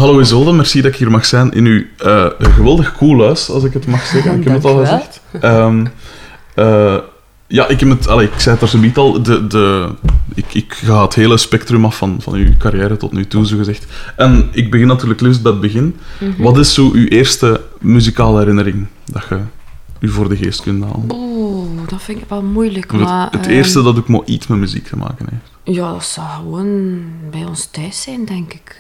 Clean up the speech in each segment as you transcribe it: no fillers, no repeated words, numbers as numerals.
Hallo Isolde, merci dat ik hier mag zijn in uw geweldig cool huis, als ik het mag zeggen. Ik heb het al gezegd. Ja, ik zei het daar zo niet al. Ik ga het hele spectrum af van uw carrière tot nu toe, zo gezegd. En ik begin natuurlijk liefst bij het begin. Mm-hmm. Wat is zo uw eerste muzikale herinnering dat je u voor de geest kunt halen? Oh, dat vind ik wel moeilijk. Het eerste dat ook maar iets met muziek te maken heeft. Ja, dat zou gewoon bij ons thuis zijn, denk ik.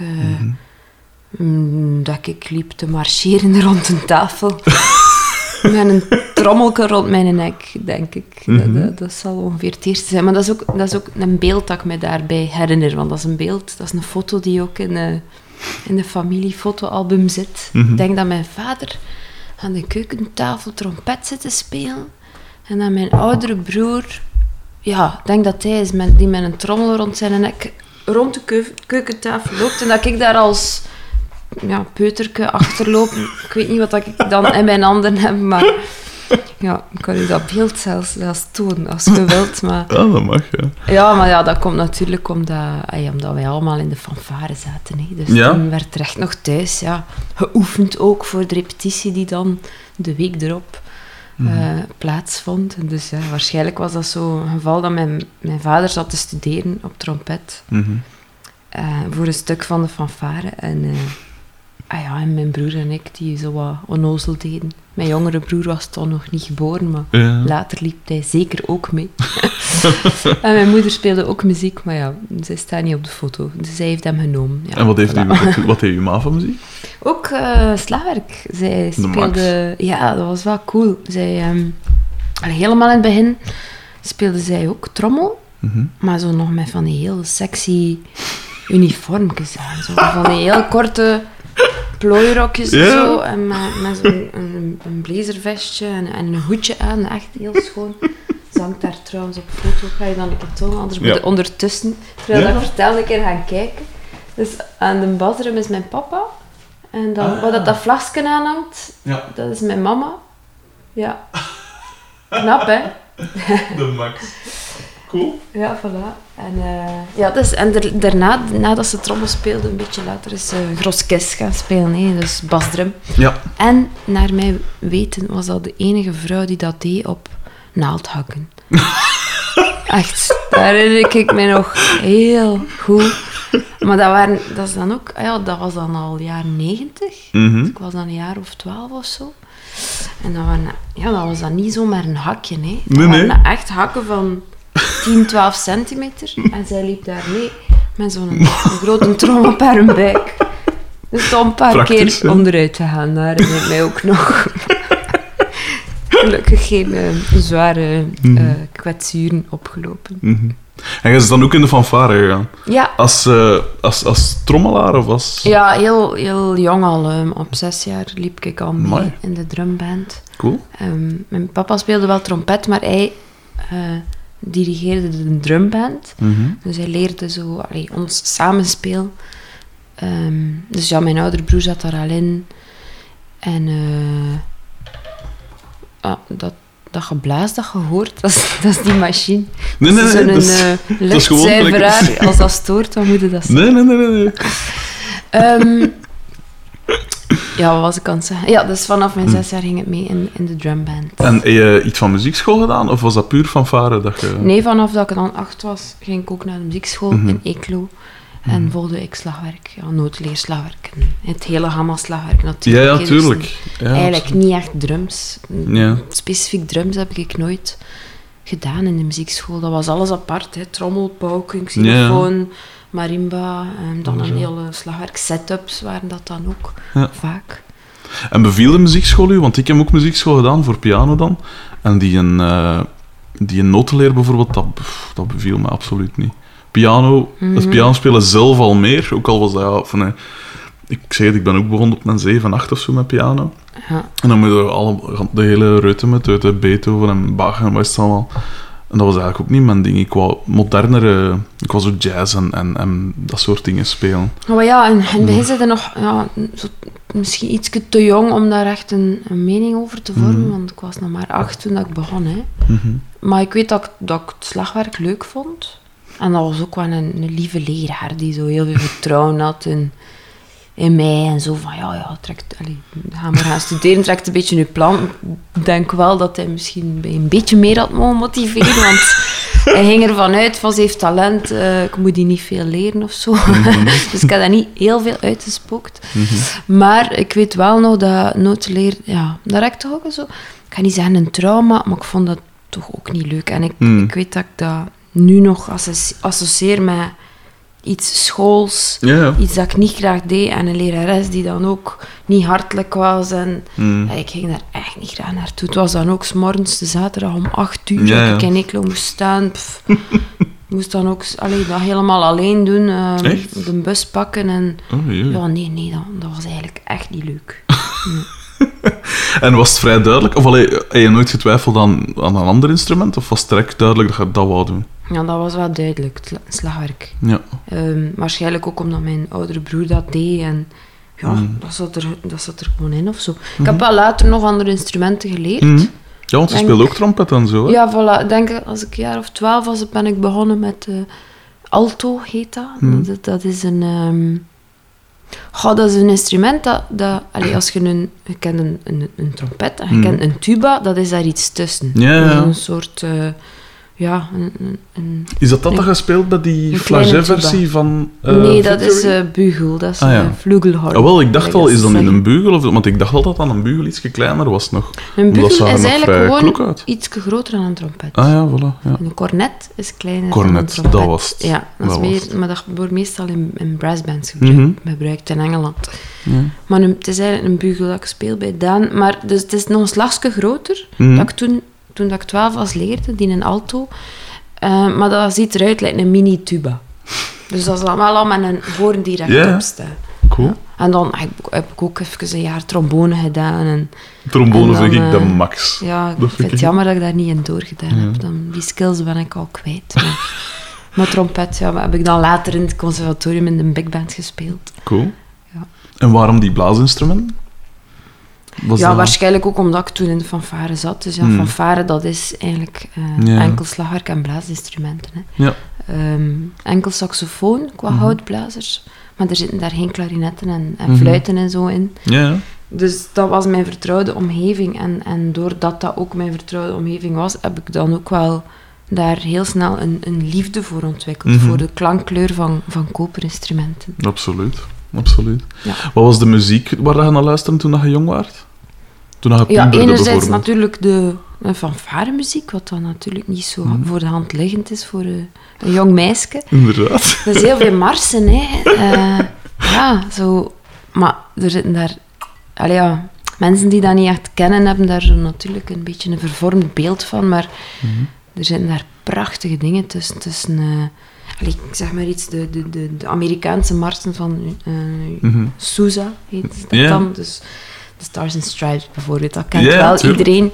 Dat ik liep te marcheren rond een tafel. Met een trommelke rond mijn nek, denk ik. Mm-hmm. Dat zal ongeveer het eerste zijn. Maar dat is ook een beeld dat ik me daarbij herinner. Want dat is een beeld, dat is een foto die ook in de familiefotoalbum zit. Mm-hmm. Ik denk dat mijn vader aan de keukentafel trompet zit te spelen. En dat mijn oudere broer... Ja, ik denk dat hij is die met een trommel rond zijn nek rond de keukentafel loopt. En dat ik daar als... peuterke achterlopen. Ik weet niet wat ik dan in mijn handen heb, maar ja, ik kan u dat beeld zelfs tonen als je wilt. Maar... Ja, dat mag, ja. Ja, maar ja, dat komt natuurlijk omdat wij allemaal in de fanfare zaten. Hè. Dus toen werd er echt nog thuis geoefend ook voor de repetitie die dan de week erop plaatsvond. En dus waarschijnlijk was dat zo een geval dat mijn vader zat te studeren op trompet. Mm-hmm. Voor een stuk van de fanfare. En mijn broer en ik, die zo wat onnozel deden. Mijn jongere broer was toen nog niet geboren, maar later liep hij zeker ook mee. En mijn moeder speelde ook muziek, maar ja, zij staat niet op de foto. Dus zij heeft hem genomen. Ja, en wat heeft uw ma van muziek? Ook slagwerk. Zij speelde... Ja, dat was wel cool. Zij, helemaal in het begin speelde zij ook trommel, maar zo nog met van die heel sexy uniformjes aan. Zo van die heel korte... plooirokjes en zo, en met zo'n een blazervestje en een hoedje aan, echt heel schoon. Ze hangt daar trouwens op foto, ga je dan een keer tonen, anders moet je ondertussen, terwijl ik vertel, een keer gaan kijken. Dus aan de basdrum is mijn papa, en dan wat dat vlagje aanhangt, dat is mijn mama. Ja. Knap, hè? De max. Cool. Ja, voilà. En daarna, nadat ze trommel speelde, een beetje later, is ze groskes gaan spelen, hè, dus basdrum. Ja. En naar mijn weten was dat de enige vrouw die dat deed op naaldhakken. Echt, daar herinner ik me nog heel goed. Maar dat was dan al jaren 90. Mm-hmm. Dus ik was dan een jaar of 12 of zo. En dat was dan niet zomaar een hakje, hè. Dat waren echt hakken van 10, 12 centimeter. En zij liep daar mee met zo'n grote trom op haar buik. Dus toch een paar keer onderuit te gaan. Daar herinner ik mij ook nog. Gelukkig geen zware kwetsuren opgelopen. Mm-hmm. En je is dan ook in de fanfare gegaan? Ja. Als trommelaar of als... Ja, heel, heel jong al. Op 6 jaar liep ik al mee in de drumband. Cool. Mijn papa speelde wel trompet, maar hij... dirigeerde de drumband. Mm-hmm. Dus hij leerde zo ons samenspeel. Dus ja, mijn oudere broer zat daar al in. En dat geblaas dat je hoort, dat is die machine. Nee, dat is een luchtzuiveraar. Als dat stoort, dan moet je dat zeggen. Nee. Ja, wat was ik aan het zeggen? Ja, dus vanaf mijn 6 jaar ging ik mee in de drumband. En heb je iets van muziekschool gedaan? Of was dat puur fanfare? Nee, vanaf dat ik dan 8 was, ging ik ook naar de muziekschool in Eeklo. En volgde ik slagwerk, noodleerslagwerk. Het hele gamma slagwerk natuurlijk. Ja, tuurlijk. Dus eigenlijk niet echt drums. Ja. Specifiek drums heb ik nooit gedaan in de muziekschool. Dat was alles apart. Hè. Trommel, pauken, xylofoon, marimba. En dan een hele slagwerk. Setups waren dat dan ook vaak. En beviel de muziekschool u? Want ik heb ook muziekschool gedaan voor piano dan. En die een notenleer bijvoorbeeld, dat beviel me absoluut niet. Het piano spelen zelf al meer, ook al was dat ik zei het, ik ben ook begonnen op mijn 7, 8 of zo met piano. Ja. En dan moet je de hele ritme uit Beethoven en Bach en wat is het allemaal. En dat was eigenlijk ook niet mijn ding. Ik wou modernere, ik was zo jazz en dat soort dingen spelen. Maar ja, en in het begin zit er nog misschien iets te jong om daar echt een mening over te vormen, want ik was nog maar 8 toen ik begon. Hè. Mm-hmm. Maar ik weet dat ik het slagwerk leuk vond. En dat was ook wel een lieve leraar die zo heel veel vertrouwen had in mij en zo van, ga maar gaan studeren, trekt een beetje je plan. Ik denk wel dat hij misschien bij een beetje meer had mogen motiveren, want hij ging ervan uit van, ze heeft talent, ik moet die niet veel leren of zo. Dus ik heb dat niet heel veel uitgespookt. Maar ik weet wel nog dat notenleer, dat heb ik toch ook zo, ik ga niet zeggen een trauma, maar ik vond dat toch ook niet leuk. En ik weet dat ik dat nu nog associeer met iets schools, iets dat ik niet graag deed, en een lerares die dan ook niet hartelijk was. En ik ging daar echt niet graag naartoe. Het was dan ook 's morgens de zaterdag om 8 uur dat ik in Eeklo moest staan. Ik moest dan ook dat helemaal alleen doen, de bus pakken. En, nee, dat was eigenlijk echt niet leuk. En was het vrij duidelijk? Of heb je nooit getwijfeld aan een ander instrument? Of was het direct duidelijk dat je dat wou doen? Ja, dat was wel duidelijk, het slagwerk. Ja. Waarschijnlijk ook omdat mijn oudere broer dat deed. En dat zat er gewoon in of zo. Ik heb wel later nog andere instrumenten geleerd. Ja, want je speelde ook trompet en zo, hè? Ja, voilà. Ik denk, als ik een jaar of 12 was, ben ik begonnen met alto, heet dat. Dat is een... dat is een instrument dat als je kent een trompet en je kent een tuba, dat is daar iets tussen. Ja. Dat is een soort... Is dat je speelt bij die flaget-versie van nee, dat is bugel. Dat is vlugelhorn. Wel, ik dacht al, is dat in een bugel? Want ik dacht altijd dat een bugel iets kleiner was nog. Een bugel is eigenlijk gewoon iets groter dan een trompet. Ja, voilà. Ja. Een cornet is kleiner dan een trompet. Dat was het. Ja, maar dat wordt meestal in brassbands gebruikt in Engeland. Ja. Maar het is eigenlijk een bugel dat ik speel bij Daan. Maar dus het is nog een slagje groter. Dat ik toen ik 12 was leerde, die een alto. Maar dat ziet eruit lijkt een mini-tuba. Dus dat is allemaal met een hoorn die rechtop staat. Cool. Ja. En dan heb ik ook even een jaar trombone gedaan. Trombone vind ik de max. Ja, ik vind het jammer dat ik daar niet in doorgedaan heb. Die skills ben ik al kwijt. Maar trompet heb ik dan later in het conservatorium in de big band gespeeld. Cool. Ja. En waarom die blaasinstrumenten? Waarschijnlijk ook omdat ik toen in de fanfare zat. Dus fanfare, dat is eigenlijk enkel slagwerk en blaasinstrumenten. Hè. Ja. Enkel saxofoon qua houtblazers. Maar er zitten daar geen klarinetten en fluiten en zo in. Ja. Dus dat was mijn vertrouwde omgeving. En doordat dat ook mijn vertrouwde omgeving was, heb ik dan ook wel daar heel snel een liefde voor ontwikkeld. Voor de klankkleur van koperinstrumenten. Absoluut. Ja. Wat was de muziek waar je naar luisterde toen je jong was? Toen je puberde, enerzijds natuurlijk de fanfaremuziek, wat dan natuurlijk niet zo voor de hand liggend is voor een jong meisje. Inderdaad. Dat is heel veel marsen, hè. Zo... Maar er zitten daar... mensen die dat niet echt kennen, hebben daar zo natuurlijk een beetje een vervormd beeld van, maar er zitten daar prachtige dingen tussen ik zeg maar iets, de Amerikaanse marsen van Sousa heet dat dan. Dus de Stars and Stripes bijvoorbeeld, dat kent wel iedereen.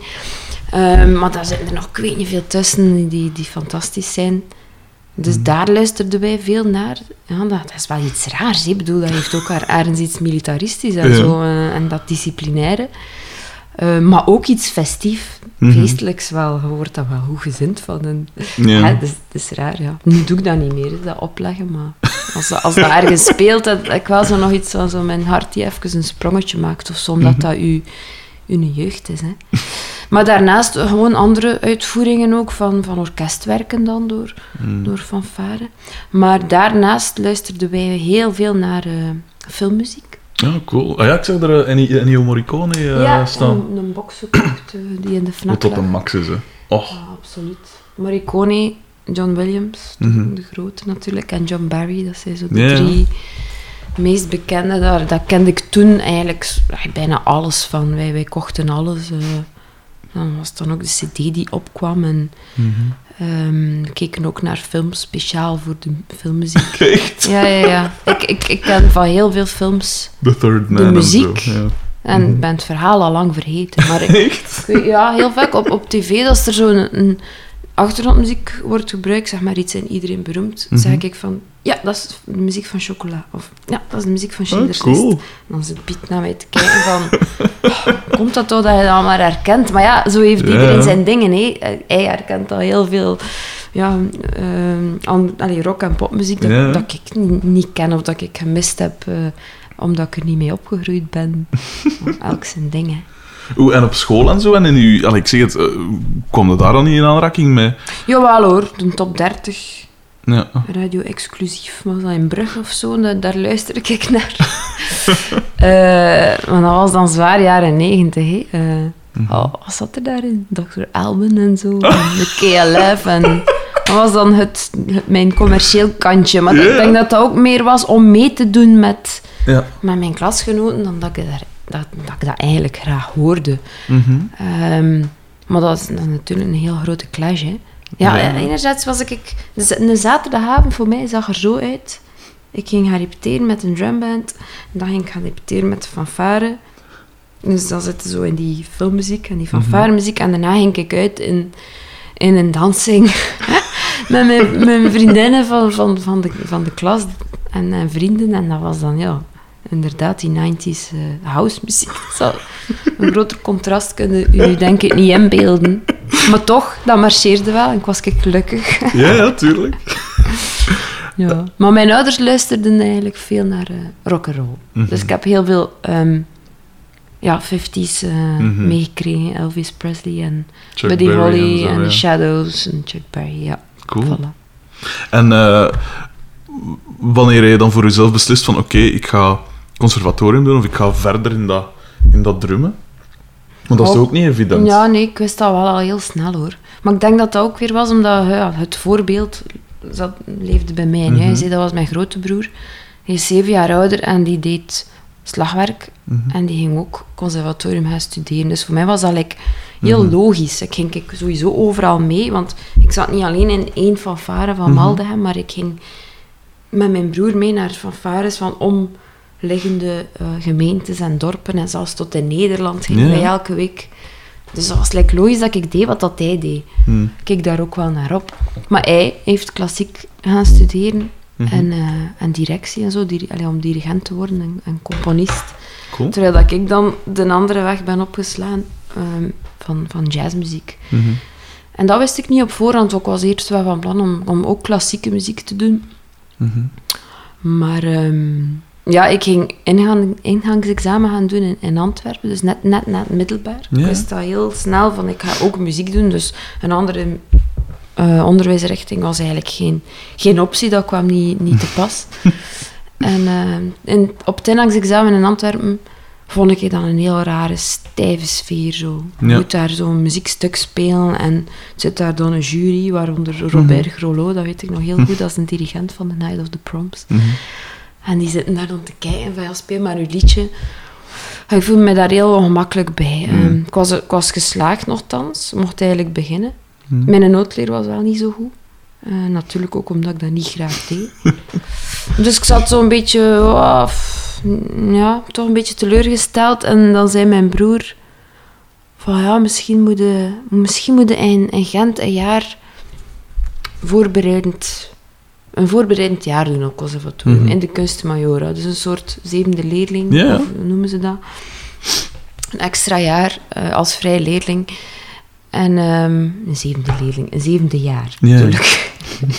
Maar daar zitten er nog, ik weet niet veel tussen, die fantastisch zijn. Dus daar luisterden wij veel naar. Ja, dat is wel iets raars. Ik bedoel, dat heeft ook ergens iets militaristisch en zo, en dat disciplinaire. Maar ook iets festief, feestelijks wel. Je wordt daar wel goed gezind van. En, dat is raar, ja. Nu doe ik dat niet meer, dat opleggen. Maar als dat ergens speelt, heb ik wel zo nog iets van zo mijn hart die even een sprongetje maakt. Of zo, omdat dat uw jeugd is. Hè. Maar daarnaast gewoon andere uitvoeringen ook van orkestwerken dan door fanfare. Maar daarnaast luisterden wij heel veel naar filmmuziek. Ja, cool. Ik zag er Ennio Morricone staan. Ja, een box gekocht die in de FNAC wat tot een max is, hè. Oh. Ja, absoluut. Morricone, John Williams, de grote natuurlijk, en John Barry, dat zijn zo de drie meest bekende. Daar kende ik toen eigenlijk bijna alles van. Wij kochten alles. Dan was het dan ook de cd die opkwam en we keken ook naar films speciaal voor de filmmuziek. Echt? Ja. Ik ken van heel veel films The Third Man de muziek. En, zo, en ik ben het verhaal al lang vergeten. Maar echt? Ja, heel vaak op tv, als er zo'n achtergrondmuziek wordt gebruikt, zeg maar iets en iedereen beroemd, zeg ik van, ja, dat is de muziek van Chocola. Of, ja, dat is de muziek van Schindler's List. Cool. En dan zit Piet naar mij te kijken van, komt dat toch dat je dat maar herkent? Maar ja, zo heeft iedereen zijn dingen, hè. Hij herkent al heel veel rock- en popmuziek dat ik niet ken of dat ik gemist heb. omdat ik er niet mee opgegroeid ben. Elk zijn ding, hè. Oeh, en op school en zo, en in uw... ik zeg het, kwam je daar dan niet in aanraking mee? Jawel hoor, de top 30. Ja. Radio exclusief, was dat in Brugge of zo? Daar luisterde ik naar. Maar dat was dan zwaar jaren 90, hè. Wat zat er daarin? Dr. Alban en zo, en de KLF en... Dat was dan mijn commercieel kantje. Maar ik denk dat dat ook meer was om mee te doen met mijn klasgenoten, dan dat ik dat eigenlijk graag hoorde. Maar dat is natuurlijk een heel grote clash, hè. Ja, enerzijds was ik... Een zaterdagavond voor mij zag er zo uit. Ik ging gaan repeteren met een drumband. En dan ging ik gaan repeteren met de fanfare. Dus dan zitten zo in die filmmuziek en die fanfaremuziek. En daarna ging ik uit in een dansing met mijn vriendinnen van de klas en vrienden. En dat was dan, inderdaad die 90s house muziek. Zo, een groter contrast kunnen u denk ik niet inbeelden. Maar toch, dat marcheerde wel en ik was gelukkig. Ja, tuurlijk. Ja. Maar mijn ouders luisterden eigenlijk veel naar rock'n'roll. Dus ik heb heel veel 50's meegekregen. Elvis Presley en Chuck Buddy Berry Holly en zo, en The Shadows en Chuck Berry, ja. Cool. Voilà. En wanneer je dan voor jezelf beslist van oké, ik ga conservatorium doen of ik ga verder in dat drummen? Want dat is ook niet evident. Ja, nee, ik wist dat wel al heel snel, hoor. Maar ik denk dat dat ook weer was omdat het voorbeeld dat leefde bij mij in huis. Dat was mijn grote broer. Hij is 7 jaar ouder en die deed slagwerk. En die ging ook conservatorium gaan studeren. Dus voor mij was dat heel logisch. Ik ging sowieso overal mee, want ik zat niet alleen in één fanfare van Maldegem, maar ik ging met mijn broer mee naar fanfares van omliggende gemeentes en dorpen. En zelfs tot in Nederland gingen wij elke week. Dus dat was logisch dat ik deed wat dat hij deed. Ik keek daar ook wel naar op. Maar hij heeft klassiek gaan studeren en directie en zo, om dirigent te worden en componist. Cool. Terwijl dat ik dan de andere weg ben opgeslaan van jazzmuziek. En dat wist ik niet op voorhand. Ik was eerst wel van plan om ook klassieke muziek te doen. Maar ik ging ingangsexamen gaan doen in Antwerpen, dus net na het middelbaar. Ik wist dat heel snel van, ik ga ook muziek doen, dus een andere onderwijsrichting was eigenlijk geen optie, dat kwam niet te pas. En op het ingangsexamen in Antwerpen vond ik dan een heel rare, stijve sfeer. Zo. Je moet daar zo'n muziekstuk spelen en zit daar dan een jury, waaronder Robert Grolot, dat weet ik nog heel goed, dat is een dirigent van The Night of the Proms. En die zitten daar dan te kijken van, speel maar uw liedje. Ik voelde me daar heel ongemakkelijk bij. Ik was geslaagd nogthans, mocht eigenlijk beginnen. Mijn noodleer was wel niet zo goed. Natuurlijk ook omdat ik dat niet graag deed. Dus ik zat zo'n beetje, toch een beetje teleurgesteld. En dan zei mijn broer van, misschien moet je in Gent een jaar een voorbereidend jaar doen op conservatorium, in de kunstmajora. Dus een soort 7e leerling, hoe noemen ze dat? Een extra jaar als vrij leerling. En een 7e leerling, een 7e jaar, natuurlijk.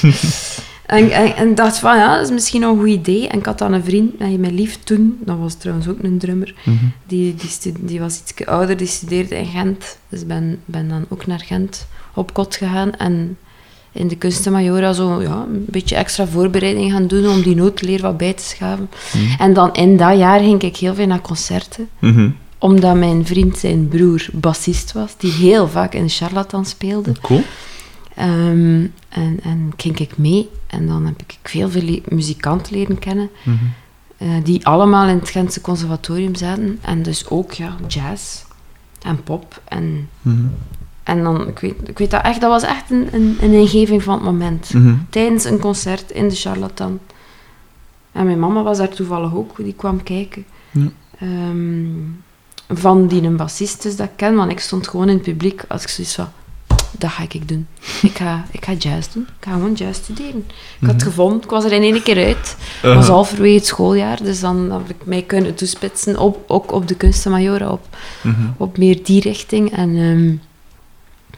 En dacht van, dat is misschien nog een goed idee. En ik had dan een vriend, mijn lief toen, dat was trouwens ook een drummer, die was iets ouder, die studeerde in Gent. Dus ben dan ook naar Gent op kot gegaan en in de kunstenmajora zo, een beetje extra voorbereiding gaan doen om die noodleer wat bij te schaven. En dan in dat jaar ging ik heel veel naar concerten. Omdat mijn vriend, zijn broer, bassist was, die heel vaak in de Charlatan speelde. Cool. En ging ik mee. En dan heb ik veel muzikanten leren kennen. Die allemaal in het Gentse conservatorium zaten. En dus ook jazz en pop. En dan, ik weet dat echt, dat was echt een ingeving van het moment. Tijdens een concert in de Charlatan. En mijn mama was daar toevallig ook, die kwam kijken. Van die een bassist dus dat ik ken, want ik stond gewoon in het publiek als ik zoiets van, dat ga ik doen. Ik ga jazz doen. Ik ga gewoon jazz studeren. Ik had het gevonden. Ik was er in één keer uit. Het was halverwege het schooljaar, dus dan heb ik mij kunnen toespitsen, ook op de kunstenmajora, op meer die richting. En het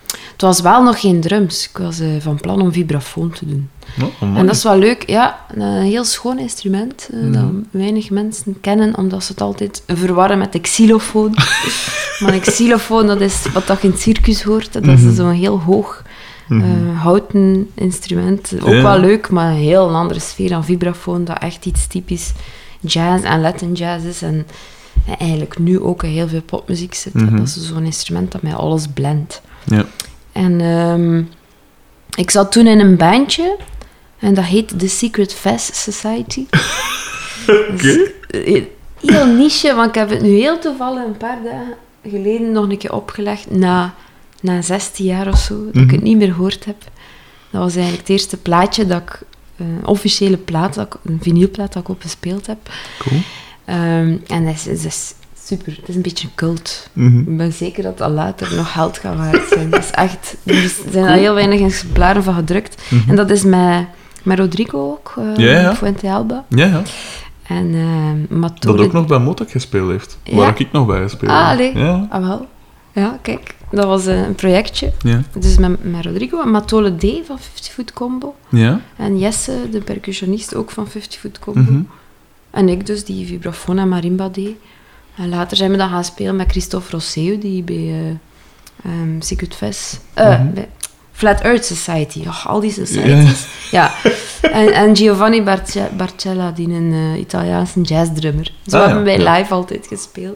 Het was wel nog geen drums. Ik was van plan om vibrafoon te doen. Oh, en dat is wel leuk. Ja, een heel schoon instrument. Dat weinig mensen kennen, omdat ze het altijd verwarren met de xylofoon. Maar een xylofoon, dat is wat je in het circus hoort. Dat is zo'n heel hoog houten instrument. Ook wel leuk, maar een heel andere sfeer dan vibrafoon. Dat echt iets typisch jazz en Latin jazz is. En eigenlijk nu ook in heel veel popmuziek zit. Dat is zo'n instrument dat mij alles blendt. Ja. En ik zat toen in een bandje en dat heet The Secret Fest Society. Oké. Heel niche, want ik heb het nu heel toevallig een paar dagen geleden nog een keer opgelegd, na 16 jaar of zo, dat ik het niet meer gehoord heb. Dat was eigenlijk het eerste plaatje dat ik, officiële plaat, een vinylplaat dat ik op gespeeld heb. Cool. En dat is super, het is een beetje cult. Ik ben zeker dat dat later nog geld gaat waard zijn. Dat is echt, er zijn al heel weinig exemplaren van gedrukt. En dat is met Rodrigo ook, Fuente Alba. Ja. En Matole... Dat ook nog bij Motak gespeeld heeft. Ja. Waar ik nog bij gespeeld heb. Allee. Ja. Wel. Ja, kijk. Dat was een projectje. Ja. Dus met Rodrigo en Matole D van 50 Foot Combo. Ja. En Jesse, de percussionist, ook van 50 Foot Combo. En ik dus, die vibrafoon en marimba deed. En later zijn we dan gaan spelen met Christophe Rosseu, die bij Secret Fest... bij Flat Earth Society. Al die societies. Ja. En Giovanni Barcella, die een Italiaanse jazzdrummer. Zo hebben wij live altijd gespeeld.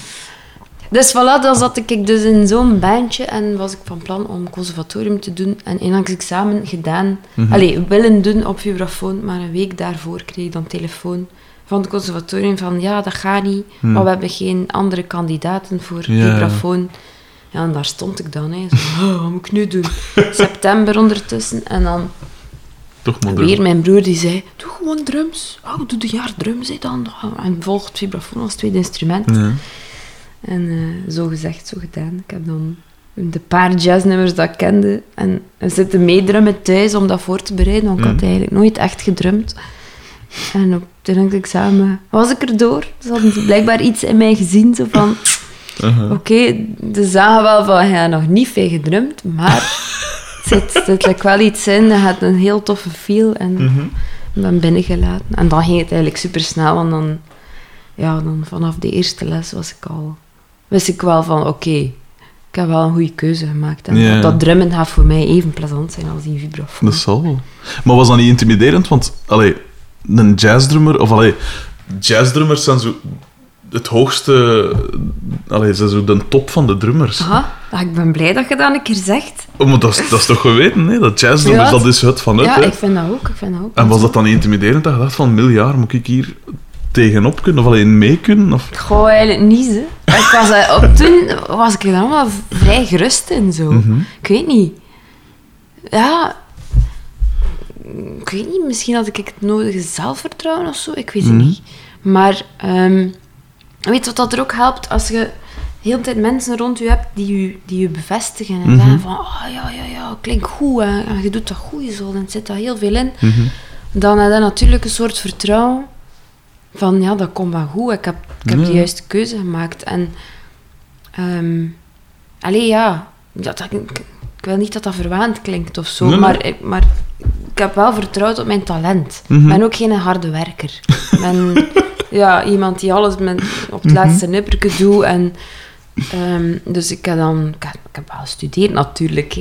Dus voilà, dan zat ik dus in zo'n bandje en was ik van plan om conservatorium te doen en examen gedaan. Willen doen op vibrafoon, maar een week daarvoor kreeg ik dan telefoon van het conservatorium van ja, dat gaat niet, maar we hebben geen andere kandidaten voor vibrafoon. Ja, en daar stond ik dan. Zo, wat moet ik nu doen? September ondertussen en dan toch maar weer mijn broer die zei, doe gewoon drums. Doe een jaar drums dan. En volgt vibrafoon als tweede instrument. Ja. En zo gezegd, zo gedaan. Ik heb dan de paar jazznummers dat ik kende en zitten meedrummen thuis om dat voor te bereiden, want ik had eigenlijk nooit echt gedrumd. En op het examen was ik erdoor. Ze hadden blijkbaar iets in mij gezien, zo van... Oké, ze zagen wel van, je hebt nog niet veel gedrumd, maar het zit wel iets in, je had een heel toffe feel en ben binnengelaten. En dan ging het eigenlijk super snel, want dan vanaf de eerste les wist ik wel van, oké, ik heb wel een goede keuze gemaakt. En dat drummen gaat voor mij even plezant zijn als die vibrafoon. Dat zal wel. Maar was dat niet intimiderend? Want, een jazzdrummer, jazzdrummers zijn zo het hoogste... ze zijn zo de top van de drummers. Aha, ik ben blij dat je dat een keer zegt. Maar dat is toch geweten, hè? Dat jazzdrummers, dat is het van het, hè? Ik vind dat ook. En was dat dan niet intimiderend dat je dacht van, miljard, moet ik hier tegenop kunnen? Of alleen mee kunnen? Of? Goh, eigenlijk niet, hè. Toen was ik er allemaal vrij gerust in, zo. Ik weet niet. Ja... Ik weet niet, misschien had ik het nodige zelfvertrouwen of zo, ik weet het niet. Maar weet je wat er ook helpt? Als je de hele tijd mensen rond je hebt die je bevestigen en zeggen van ja, klinkt goed en je doet dat goed zo, dan zit daar heel veel in. Dan heb je natuurlijk een soort vertrouwen van ja, dat komt wel goed, ik heb de juiste keuze gemaakt. En ik wil niet dat dat verwaand klinkt of zo, maar ik heb wel vertrouwd op mijn talent. Ik ben ook geen harde werker. Ik ben iemand die alles op het laatste nipperke doet. En, dus ik heb wel gestudeerd natuurlijk.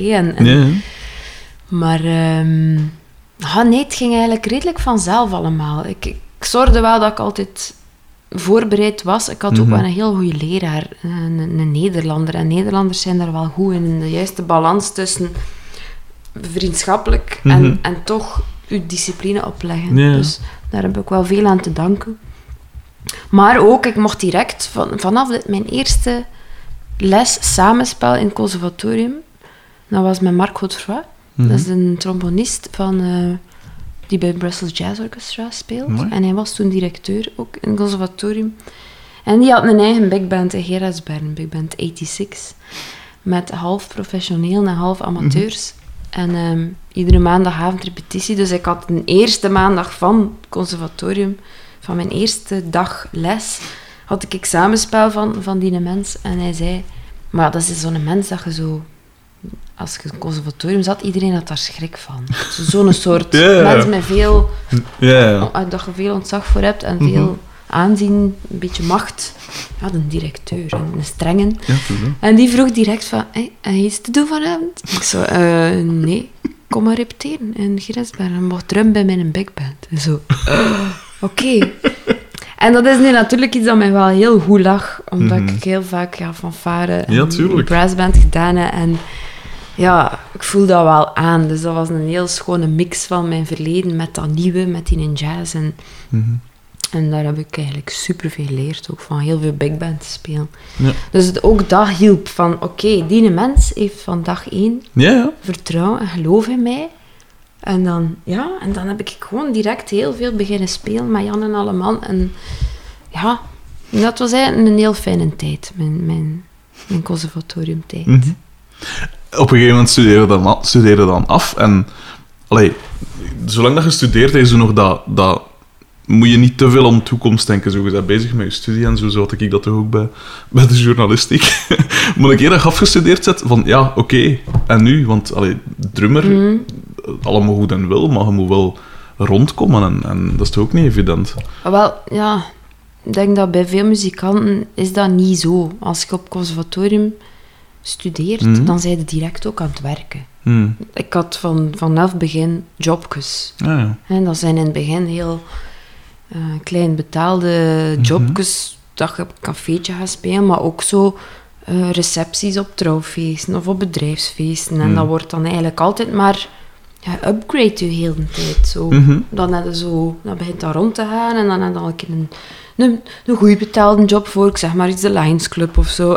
Maar het ging eigenlijk redelijk vanzelf allemaal. Ik zorgde wel dat ik altijd voorbereid was. Ik had ook wel een heel goede leraar, een Nederlander. En Nederlanders zijn daar wel goed in de juiste balans tussen... vriendschappelijk en toch uw discipline opleggen. Ja. Dus daar heb ik wel veel aan te danken. Maar ook, ik mocht direct vanaf mijn eerste les samenspel in het conservatorium, dat was met Marc Godefroy. Dat is een trombonist die bij Brussels Jazz Orchestra speelt. En hij was toen directeur ook in het conservatorium. En die had een eigen big band in Gerardsbergen, Big Band 86, met half professioneel en half amateurs. En iedere maandagavond repetitie. Dus ik had een eerste maandag van het conservatorium, van mijn eerste dag les, had ik examenspel van die mens. En hij zei, maar dat is zo'n mens dat je zo als je in het conservatorium zat, iedereen had daar schrik van. Zo'n soort Ja. mensen met veel... Ja. Dat je veel ontzag voor hebt en veel aanzien, een beetje macht. Ja, een directeur, een strenge. Ja, het is dat. En die vroeg direct van, hey, heb je iets te doen vanavond? Ik zo, nee, kom maar repeteren in Giersbergen. Je mag drum bij mijn big band. En zo, oké. En dat is nu natuurlijk iets dat mij wel heel goed lag, omdat ik heel vaak fanfare en brassband gedaan heb. En ja, ik voel dat wel aan. Dus dat was een heel schone mix van mijn verleden met dat nieuwe, met die jazz. En daar heb ik eigenlijk superveel geleerd, ook van heel veel big band te spelen. Ja. Dus ook dat hielp van, oké, die mens heeft van dag 1 vertrouwen en geloof in mij. En dan heb ik gewoon direct heel veel beginnen spelen met Jan en Alleman. En ja, dat was eigenlijk een heel fijne tijd, mijn conservatoriumtijd. Op een gegeven moment studeer je dan af en zolang dat je studeert, is er nog dat moet je niet te veel aan de toekomst denken. Zo, je bent bezig met je studie en zo had ik dat toch ook bij de journalistiek. Maar een keer dat je afgestudeerd zet, van ja, oké, en nu? Want drummer, allemaal goed en wel, maar je moet wel rondkomen en dat is toch ook niet evident. Wel, ja, ik denk dat bij veel muzikanten is dat niet zo. Als je op conservatorium studeert, dan zijn je direct ook aan het werken. Ik had vanaf begin jobjes. En dat zijn in het begin heel klein betaalde jobjes, dat je op een cafeetje gaat spelen, maar ook zo recepties op trouwfeesten of op bedrijfsfeesten. En dat wordt dan eigenlijk altijd maar upgrade je heel de tijd. Zo. Dan begint dat rond te gaan en dan heb je al een keer een goed betaalde job voor, ik zeg maar iets de Lions Club of zo.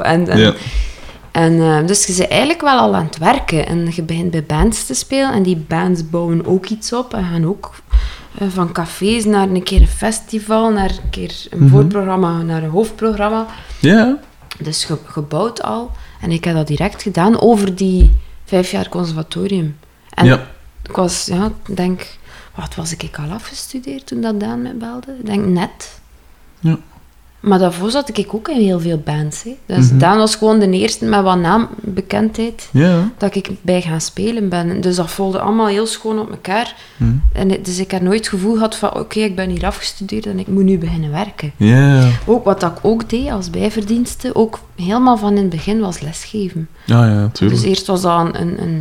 Dus je bent eigenlijk wel al aan het werken en je begint bij bands te spelen en die bands bouwen ook iets op en gaan ook van cafés naar een keer een festival, naar een keer een voorprogramma, naar een hoofdprogramma. Ja. Dus gebouwd al. En ik heb dat direct gedaan over die 5 jaar conservatorium. En ik was, ik denk... Wat was ik al afgestudeerd toen dat Daan mij belde? Ik denk net. Ja. Maar daarvoor zat ik ook in heel veel bands. Hè. Dus Daan was gewoon de eerste met wat naambekendheid dat ik bij gaan spelen ben. Dus dat volgde allemaal heel schoon op elkaar. Dus ik heb nooit het gevoel gehad van oké, ik ben hier afgestudeerd en ik moet nu beginnen werken. Ook wat ik ook deed als bijverdienste, ook helemaal van in het begin, was lesgeven. Ja, tuurlijk. Dus eerst was dat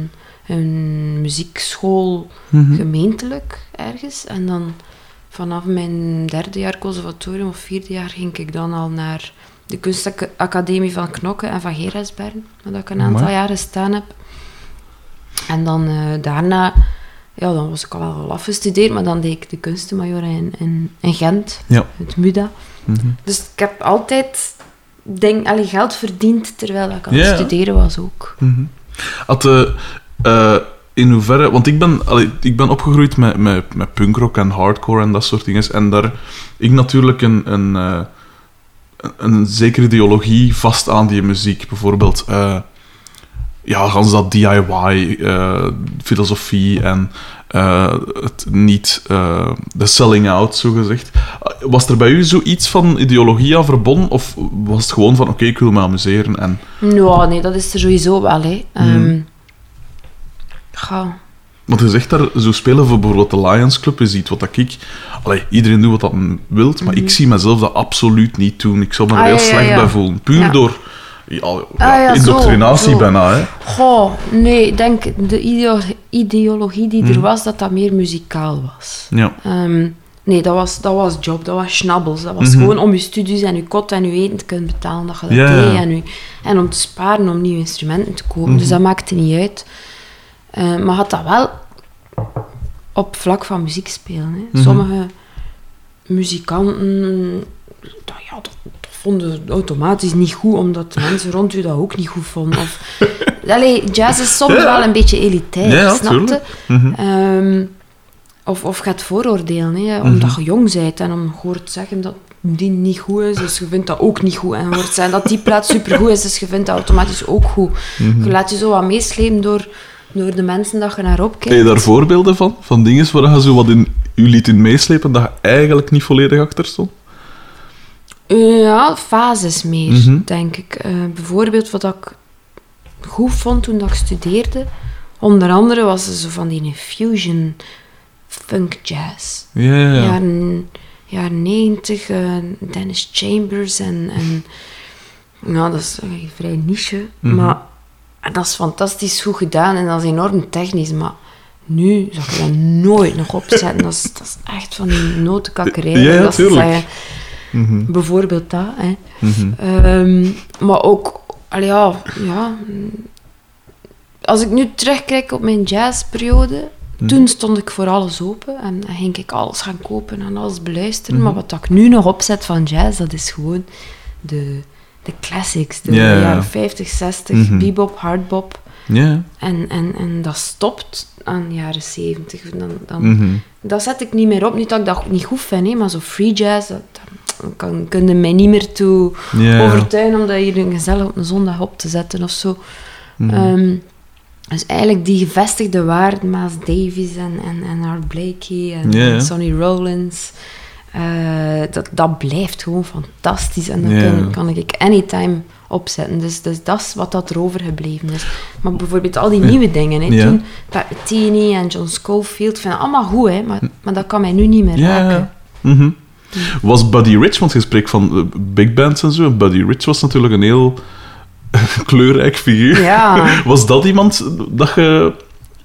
een muziekschool gemeentelijk ergens. En dan vanaf mijn 3e jaar conservatorium of 4e jaar ging ik dan al naar de kunstacademie van Knokke en van Giersbergen, waar ik een aantal jaren gestaan heb. En dan daarna, dan was ik al afgestudeerd, maar dan deed ik de kunstenmajor in Gent, het MUDA. Dus ik heb altijd geld verdiend terwijl ik aan het studeren was ook. In hoeverre... Want ik ben opgegroeid met punkrock en hardcore en dat soort dingen. En daar ik natuurlijk een zekere ideologie vast aan die muziek. Bijvoorbeeld... gans dat DIY-filosofie en het niet... de selling out, zogezegd. Was er bij u zoiets van ideologie aan verbonden? Of was het gewoon van, oké, ik wil me amuseren en... Ja, nee, dat is er sowieso wel, hè. Want je zegt daar, zo spelen voor bijvoorbeeld de Lions Club is iets wat ik... iedereen doet wat dat wilt, maar ik zie mezelf dat absoluut niet doen. Ik zou me er heel slecht bij voelen. Puur door indoctrinatie bijna. Hè. Nee, ik denk de ideologie die er was, dat meer muzikaal was. Ja. Nee, dat was job, dat was schnabbels. Dat was gewoon om je studies en je kot en je eten te kunnen betalen, dat je dat deed. En om te sparen, om nieuwe instrumenten te kopen. Dus dat maakte niet uit. Maar had dat wel op vlak van muziek spelen. Hè. Sommige muzikanten dat vonden automatisch niet goed, omdat de mensen rond u dat ook niet goed vonden. Jazz is soms wel een beetje elitair, snap je? Of gaat vooroordelen, hè, omdat je jong bent en om hoort zeggen dat die niet goed is, dus je vindt dat ook niet goed. En je hoort zeggen dat die plaat supergoed is, dus je vindt dat automatisch ook goed. Je laat je zo wat meeslepen door de mensen dat je naar opkijkt. Heb je daar voorbeelden van? Van dingen waar je zo wat in je liet in meeslepen dat je eigenlijk niet volledig achter stond? Ja, fases meer, denk ik. Bijvoorbeeld wat ik goed vond toen dat ik studeerde. Onder andere was er zo van die fusion funk jazz. Ja. Jaren 90, Dennis Chambers en ja, dat is vrij niche. Maar dat is fantastisch goed gedaan en dat is enorm technisch, maar nu zou ik dat nooit nog opzetten. Dat is echt van die notenkakkerij. Ja, dat tuurlijk. Bijvoorbeeld dat. Hè. Maar ook, als ik nu terugkijk op mijn jazzperiode, toen stond ik voor alles open en ging ik alles gaan kopen en alles beluisteren. Maar wat ik nu nog opzet van jazz, dat is gewoon de classics, de jaren 50, 60, bebop, hardbop. En dat stopt aan de jaren 70. Dat zet ik niet meer op. Niet dat ik dat niet goed vind, maar zo free jazz, dan kun je mij niet meer toe overtuigen om dat hier gezellig op een zondag op te zetten of zo. Dus eigenlijk die gevestigde waarden, Miles Davis en Art Blakey en Sonny Rollins, dat blijft gewoon fantastisch. En dat kan ik anytime opzetten. Dus dat is wat dat erover gebleven is. Maar bijvoorbeeld al die nieuwe dingen, hè, toen Pat Metheny en John Scofield, vind ik allemaal goed, hè, maar dat kan mij nu niet meer raken. Was Buddy Rich, want je spreekt van big bands en zo, Buddy Rich was natuurlijk een heel kleurrijk figuur. Ja. Was dat iemand dat je...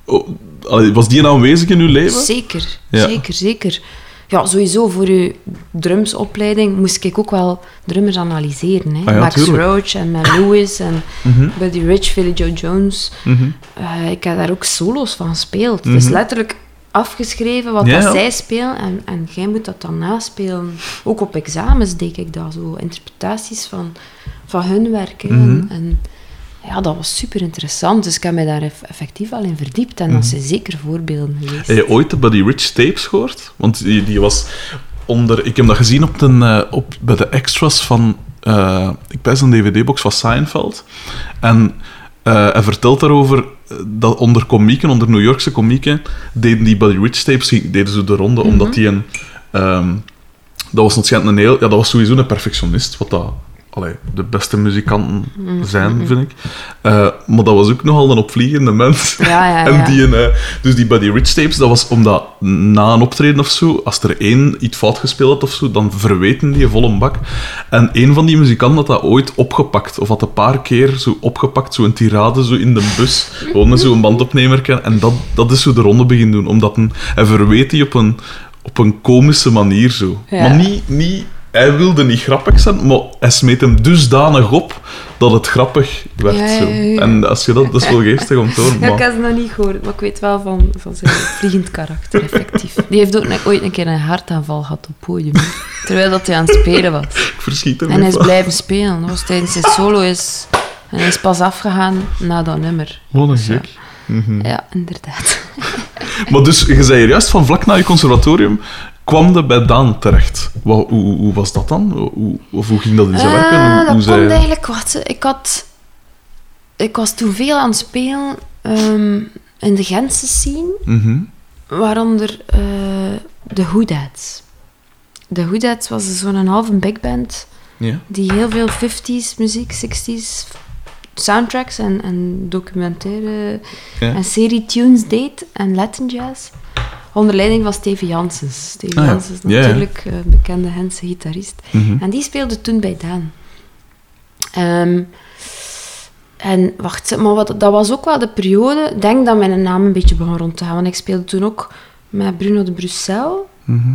was die aanwezig in uw leven? Zeker. Ja, sowieso voor uw drumsopleiding moest ik ook wel drummers analyseren. Hè. Max Roach en Mel Lewis en Buddy Rich, Philly Joe Jones. Ik heb daar ook solo's van gespeeld. Het is letterlijk afgeschreven wat dat zij spelen en jij moet dat dan naspelen. Ook op examens deed ik dat, zo interpretaties van hun werk. En ja, dat was super interessant. Dus ik heb mij daar effectief al in verdiept. En dat zijn zeker voorbeelden geweest. Heb je ooit de Buddy Rich tapes gehoord? Want die was onder... Ik heb dat gezien bij de extras van... ik pijs een dvd-box van Seinfeld. En hij vertelt daarover dat onder New Yorkse komieken deden die Buddy Rich tapes deden ze de ronde, omdat die een... dat was waarschijnlijk een heel... Ja, dat was sowieso een perfectionist, wat dat... de beste muzikanten zijn, vind ik. Maar dat was ook nogal een opvliegende mens. Ja. En dus die Buddy Rich tapes, dat was omdat na een optreden of zo, als er één iets fout gespeeld had of zo, dan verweten die vol een bak. En een van die muzikanten had dat ooit opgepakt, of had een paar keer zo opgepakt, zo een tirade zo in de bus, gewoon met zo'n bandopnemer. En dat is zo de ronde begin doen, omdat hij verweet die op een komische manier zo. Ja. Maar niet hij wilde niet grappig zijn, maar hij smeet hem dusdanig op dat het grappig werd. Ja. En als je dat is wel geestig om te horen. Ja, ik heb ze nog niet gehoord, maar ik weet wel van zijn vliegend karakter, effectief. Die heeft ook ooit een keer een hartaanval gehad op het podium, terwijl dat hij aan het spelen was. Ik verschiet hem. En hij is blijven spelen. Dat was tijdens zijn solo en hij is pas afgegaan na dat nummer. Wat een gek. Ja, inderdaad. Maar dus, je zei hier juist van vlak na je conservatorium kwam je bij Daan terecht. Hoe was dat dan? Hoe ging dat in zijn werken? Dat kwam eigenlijk... Ik was toen veel aan het spelen in de Gentse scene, waaronder de Who Dads. De Who Dads was zo'n halve big band die heel veel 50s muziek, 60s soundtracks en documentaire en serie-tunes deed en Latin jazz. Onder leiding van Steven Janssens. Steven Janssens is natuurlijk een bekende Gentse gitarist. En die speelde toen bij Daan. En wacht, maar dat was ook wel de periode... Ik denk dat mijn naam een beetje begon rond te gaan. Want ik speelde toen ook met Bruno de Brussel.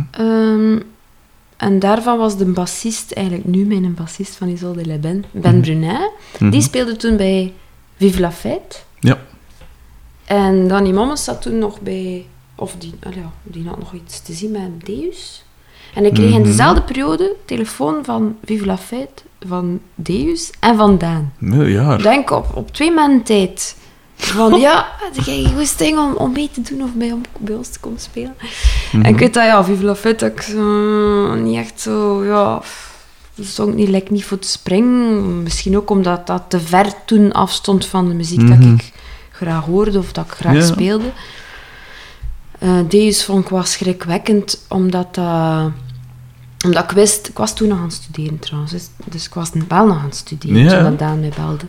En daarvan was de bassist, eigenlijk nu mijn bassist van Isolde Le Ben Brunet. Die speelde toen bij Vive la Fête. Ja. En Danny Mommes zat toen nog bij... Of die had nog iets te zien met Deus. En ik kreeg in dezelfde periode telefoon van Vive la Fête, van Deus en van Daan. Ja. Ik denk op 2 maanden tijd. Van ik wist om mee te doen of bij ons te komen spelen. En ik weet dat, Vive la Fête, ik niet echt zo, stond niet voor te springen. Misschien ook omdat dat te ver toen afstond van de muziek dat ik graag hoorde of dat ik graag speelde. Deus vond ik wel schrikwekkend, omdat Omdat ik was toen nog aan het studeren trouwens, dus ik was wel nog aan het studeren toen dat Daan mij belde.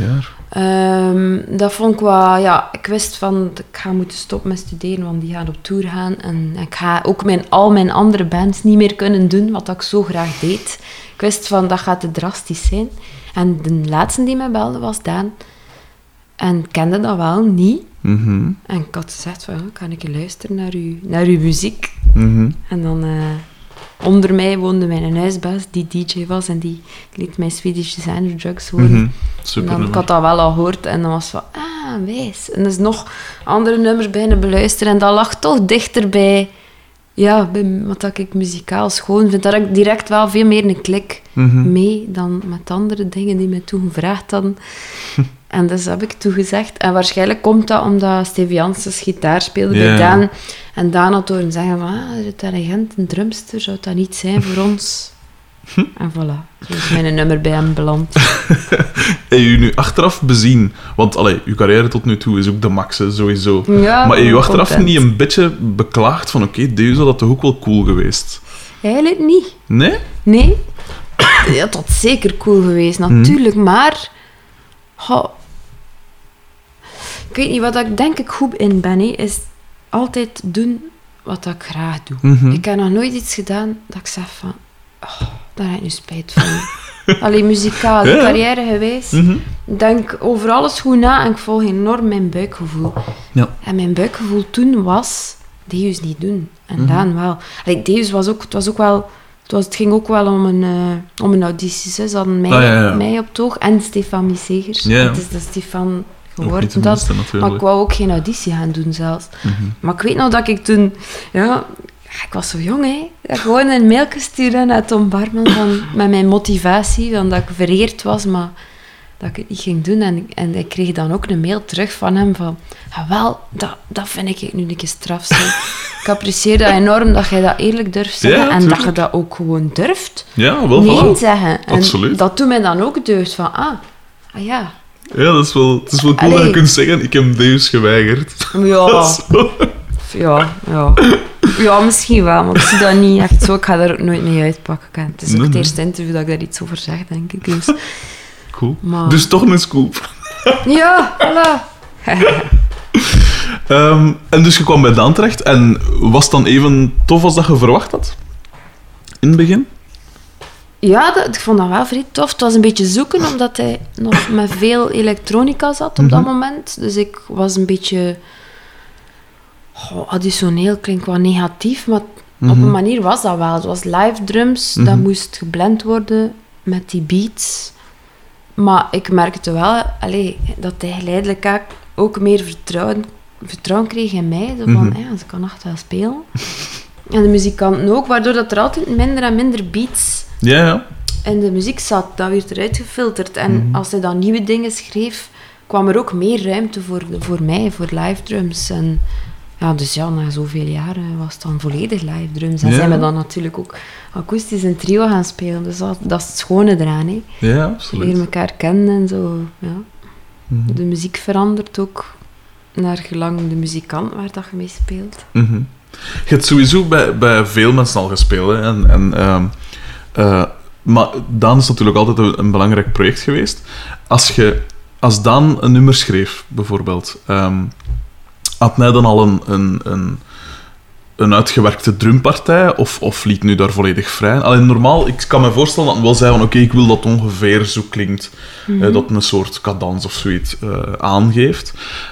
Dat vond ik wel, ik wist van, ik ga moeten stoppen met studeren, want die gaat op tour gaan. En ik ga ook al mijn andere bands niet meer kunnen doen, wat ik zo graag deed. Ik wist van, dat gaat te drastisch zijn. En de laatste die mij belde was Daan. En ik kende dat wel niet. En ik had gezegd van, kan ik luisteren naar uw muziek? En dan... onder mij woonde mijn huisbaas, die DJ was, en die liet mij Swedish Designer Drugs horen. Super. En dan, ik had dat wel al gehoord, en dan was van, wijs. En dus nog andere nummers bijna beluisteren, en dat lag toch dichter bij wat ik muzikaal schoon vind. Daar had ik direct wel veel meer een klik mee dan met andere dingen die mij toen gevraagd hadden. En dus heb ik toegezegd. En waarschijnlijk komt dat omdat Steve Janssens gitaar speelde bij Daan. En Daan had horen zeggen van, de dirigent, een drumster, zou dat niet zijn voor ons? En voilà, zo is mijn nummer bij hem beland. En je nu achteraf bezien, want je carrière tot nu toe is ook de max, hè, sowieso. Ja, maar je achteraf niet een beetje beklaagd van, Deus had dat toch ook wel cool geweest? Eigenlijk niet. Nee? Nee. Ja, dat was zeker cool geweest, natuurlijk, maar... ik weet niet, wat ik denk ik goed in ben, is altijd doen wat ik graag doe. Ik heb nog nooit iets gedaan dat ik zeg van... daar heb ik nu spijt van. Alleen muzikaal, die carrière geweest. Ik denk over alles goed na en ik volg enorm mijn buikgevoel. Ja. En mijn buikgevoel toen was... Deus niet doen. En Daan wel. Deus was ook... Het ging ook wel om een auditie. Ze hadden mij op het oog en Stefan Segers. Het is de Stefan geworden. Maar ik wou ook geen auditie gaan doen zelfs. Maar ik weet nog dat ik toen... ik was zo jong, hè. Dat ik gewoon een mailje stuurde naar Tom Barman met mijn motivatie, van dat ik vereerd was, maar dat ik het niet ging doen. En ik kreeg dan ook een mail terug van hem van... wel, dat vind ik nu een keer straf. Ik apprecieer dat enorm, dat jij dat eerlijk durft zeggen. En dat je dat ook gewoon durft. Ja, wel nee zeggen. En absoluut. dat doet mij dan ook deugd van... ja. Ja, dat is wel cool dat je kunt zeggen, ik heb Deus geweigerd. Ja. Ja, misschien wel, maar ik zie dat niet echt zo. Ik ga daar ook nooit mee uitpakken. Het is ook het eerste interview dat ik daar iets over zeg, denk ik. Dus. Cool. Maar... Dus toch een scoop. Ja, voilà. En dus je kwam bij Daan terecht. En was het dan even tof als dat je verwacht had? In het begin? Ja, ik vond dat wel vrij tof. Het was een beetje zoeken, omdat hij nog met veel elektronica zat op dat moment. Dus ik was een beetje... additioneel klinkt wel negatief, maar op een manier was dat wel. Het was live drums, dat moest geblend worden met die beats. Maar ik merkte wel dat hij geleidelijk ook meer vertrouwen kreeg in mij. Zo van, ze kan echt wel spelen. En de muzikanten ook, waardoor dat er altijd minder en minder beats in de muziek zat. Dat werd eruit gefilterd. En als hij dan nieuwe dingen schreef, kwam er ook meer ruimte voor mij, voor live drums. En dus na zoveel jaren was het dan volledig live drums. En zijn we dan natuurlijk ook akoestisch een trio gaan spelen. Dus dat is het schone eraan. Hè. Ja, absoluut. Leer elkaar kennen en zo. Ja. De muziek verandert ook naar gelang de muzikant waar dat je mee speelt. Je hebt sowieso bij veel mensen al gespeeld. Hè. Maar Daan is natuurlijk altijd een belangrijk project geweest. Als Daan een nummer schreef, bijvoorbeeld... had hij dan al een uitgewerkte drumpartij of liet nu daar volledig vrij? Alleen normaal, ik kan me voorstellen dat hij wel zei van ik wil dat ongeveer zo klinkt, dat een soort cadans of zoiets aangeeft.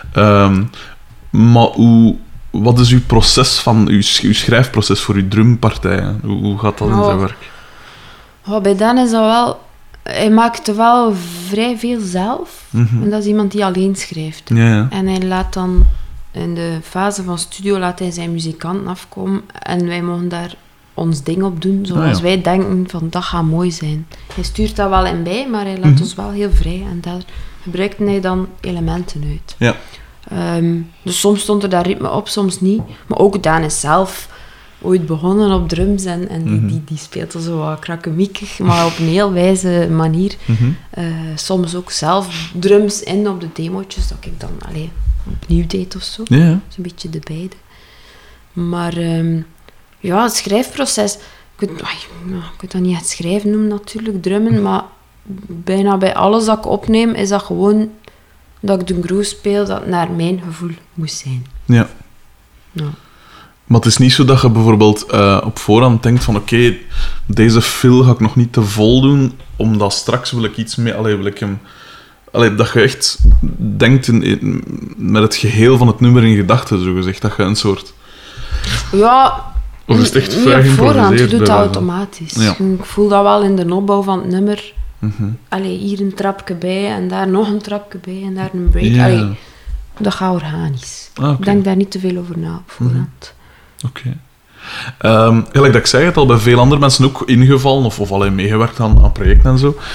Maar wat is uw proces uw schrijfproces voor uw drumpartijen? Hoe gaat dat in zijn werk? Bij Dan is dat wel... Hij maakte wel vrij veel zelf. En dat is iemand die alleen schrijft. Ja. En hij laat dan... In de fase van studio laat hij zijn muzikanten afkomen en wij mogen daar ons ding op doen, zoals wij denken van dat gaat mooi zijn. Hij stuurt dat wel in bij, maar hij laat ons wel heel vrij en daar gebruikt hij dan elementen uit. Ja. Dus soms stond er daar ritme op, soms niet. Maar ook Daan is zelf ooit begonnen op drums en die speelt er zo wat krakkemiekig, maar op een heel wijze manier. Soms ook zelf drums in op de demootjes, dat ik dan opnieuw deed of zo. Ja. Dus een beetje de beide. Maar het schrijfproces... Ik kan dat niet echt schrijven noemen natuurlijk, drummen, maar bijna bij alles dat ik opneem, is dat gewoon dat ik de groove speel dat naar mijn gevoel moest zijn. Ja. Ja. Maar het is niet zo dat je bijvoorbeeld op voorhand denkt van oké, deze fill ga ik nog niet te vol doen, omdat straks wil ik iets mee... Wil ik hem... dat je echt denkt met het geheel van het nummer in gedachten, zogezegd. Dat je een soort... Ja... Of is het echt niet vrij op voorhand, je geïmproviseerd? doet dat bij wijze automatisch. Ja. Ik voel dat wel in de opbouw van het nummer. Mhm. Hier een trapje bij en daar nog een trapje bij en daar een break. Ja. Dat gaat organisch. Ah, oké. Ik denk daar niet te veel over na op voorhand. Oké. Gelijk dat ik zei, het al bij veel andere mensen ook ingevallen of alleen meegewerkt aan projecten en zo.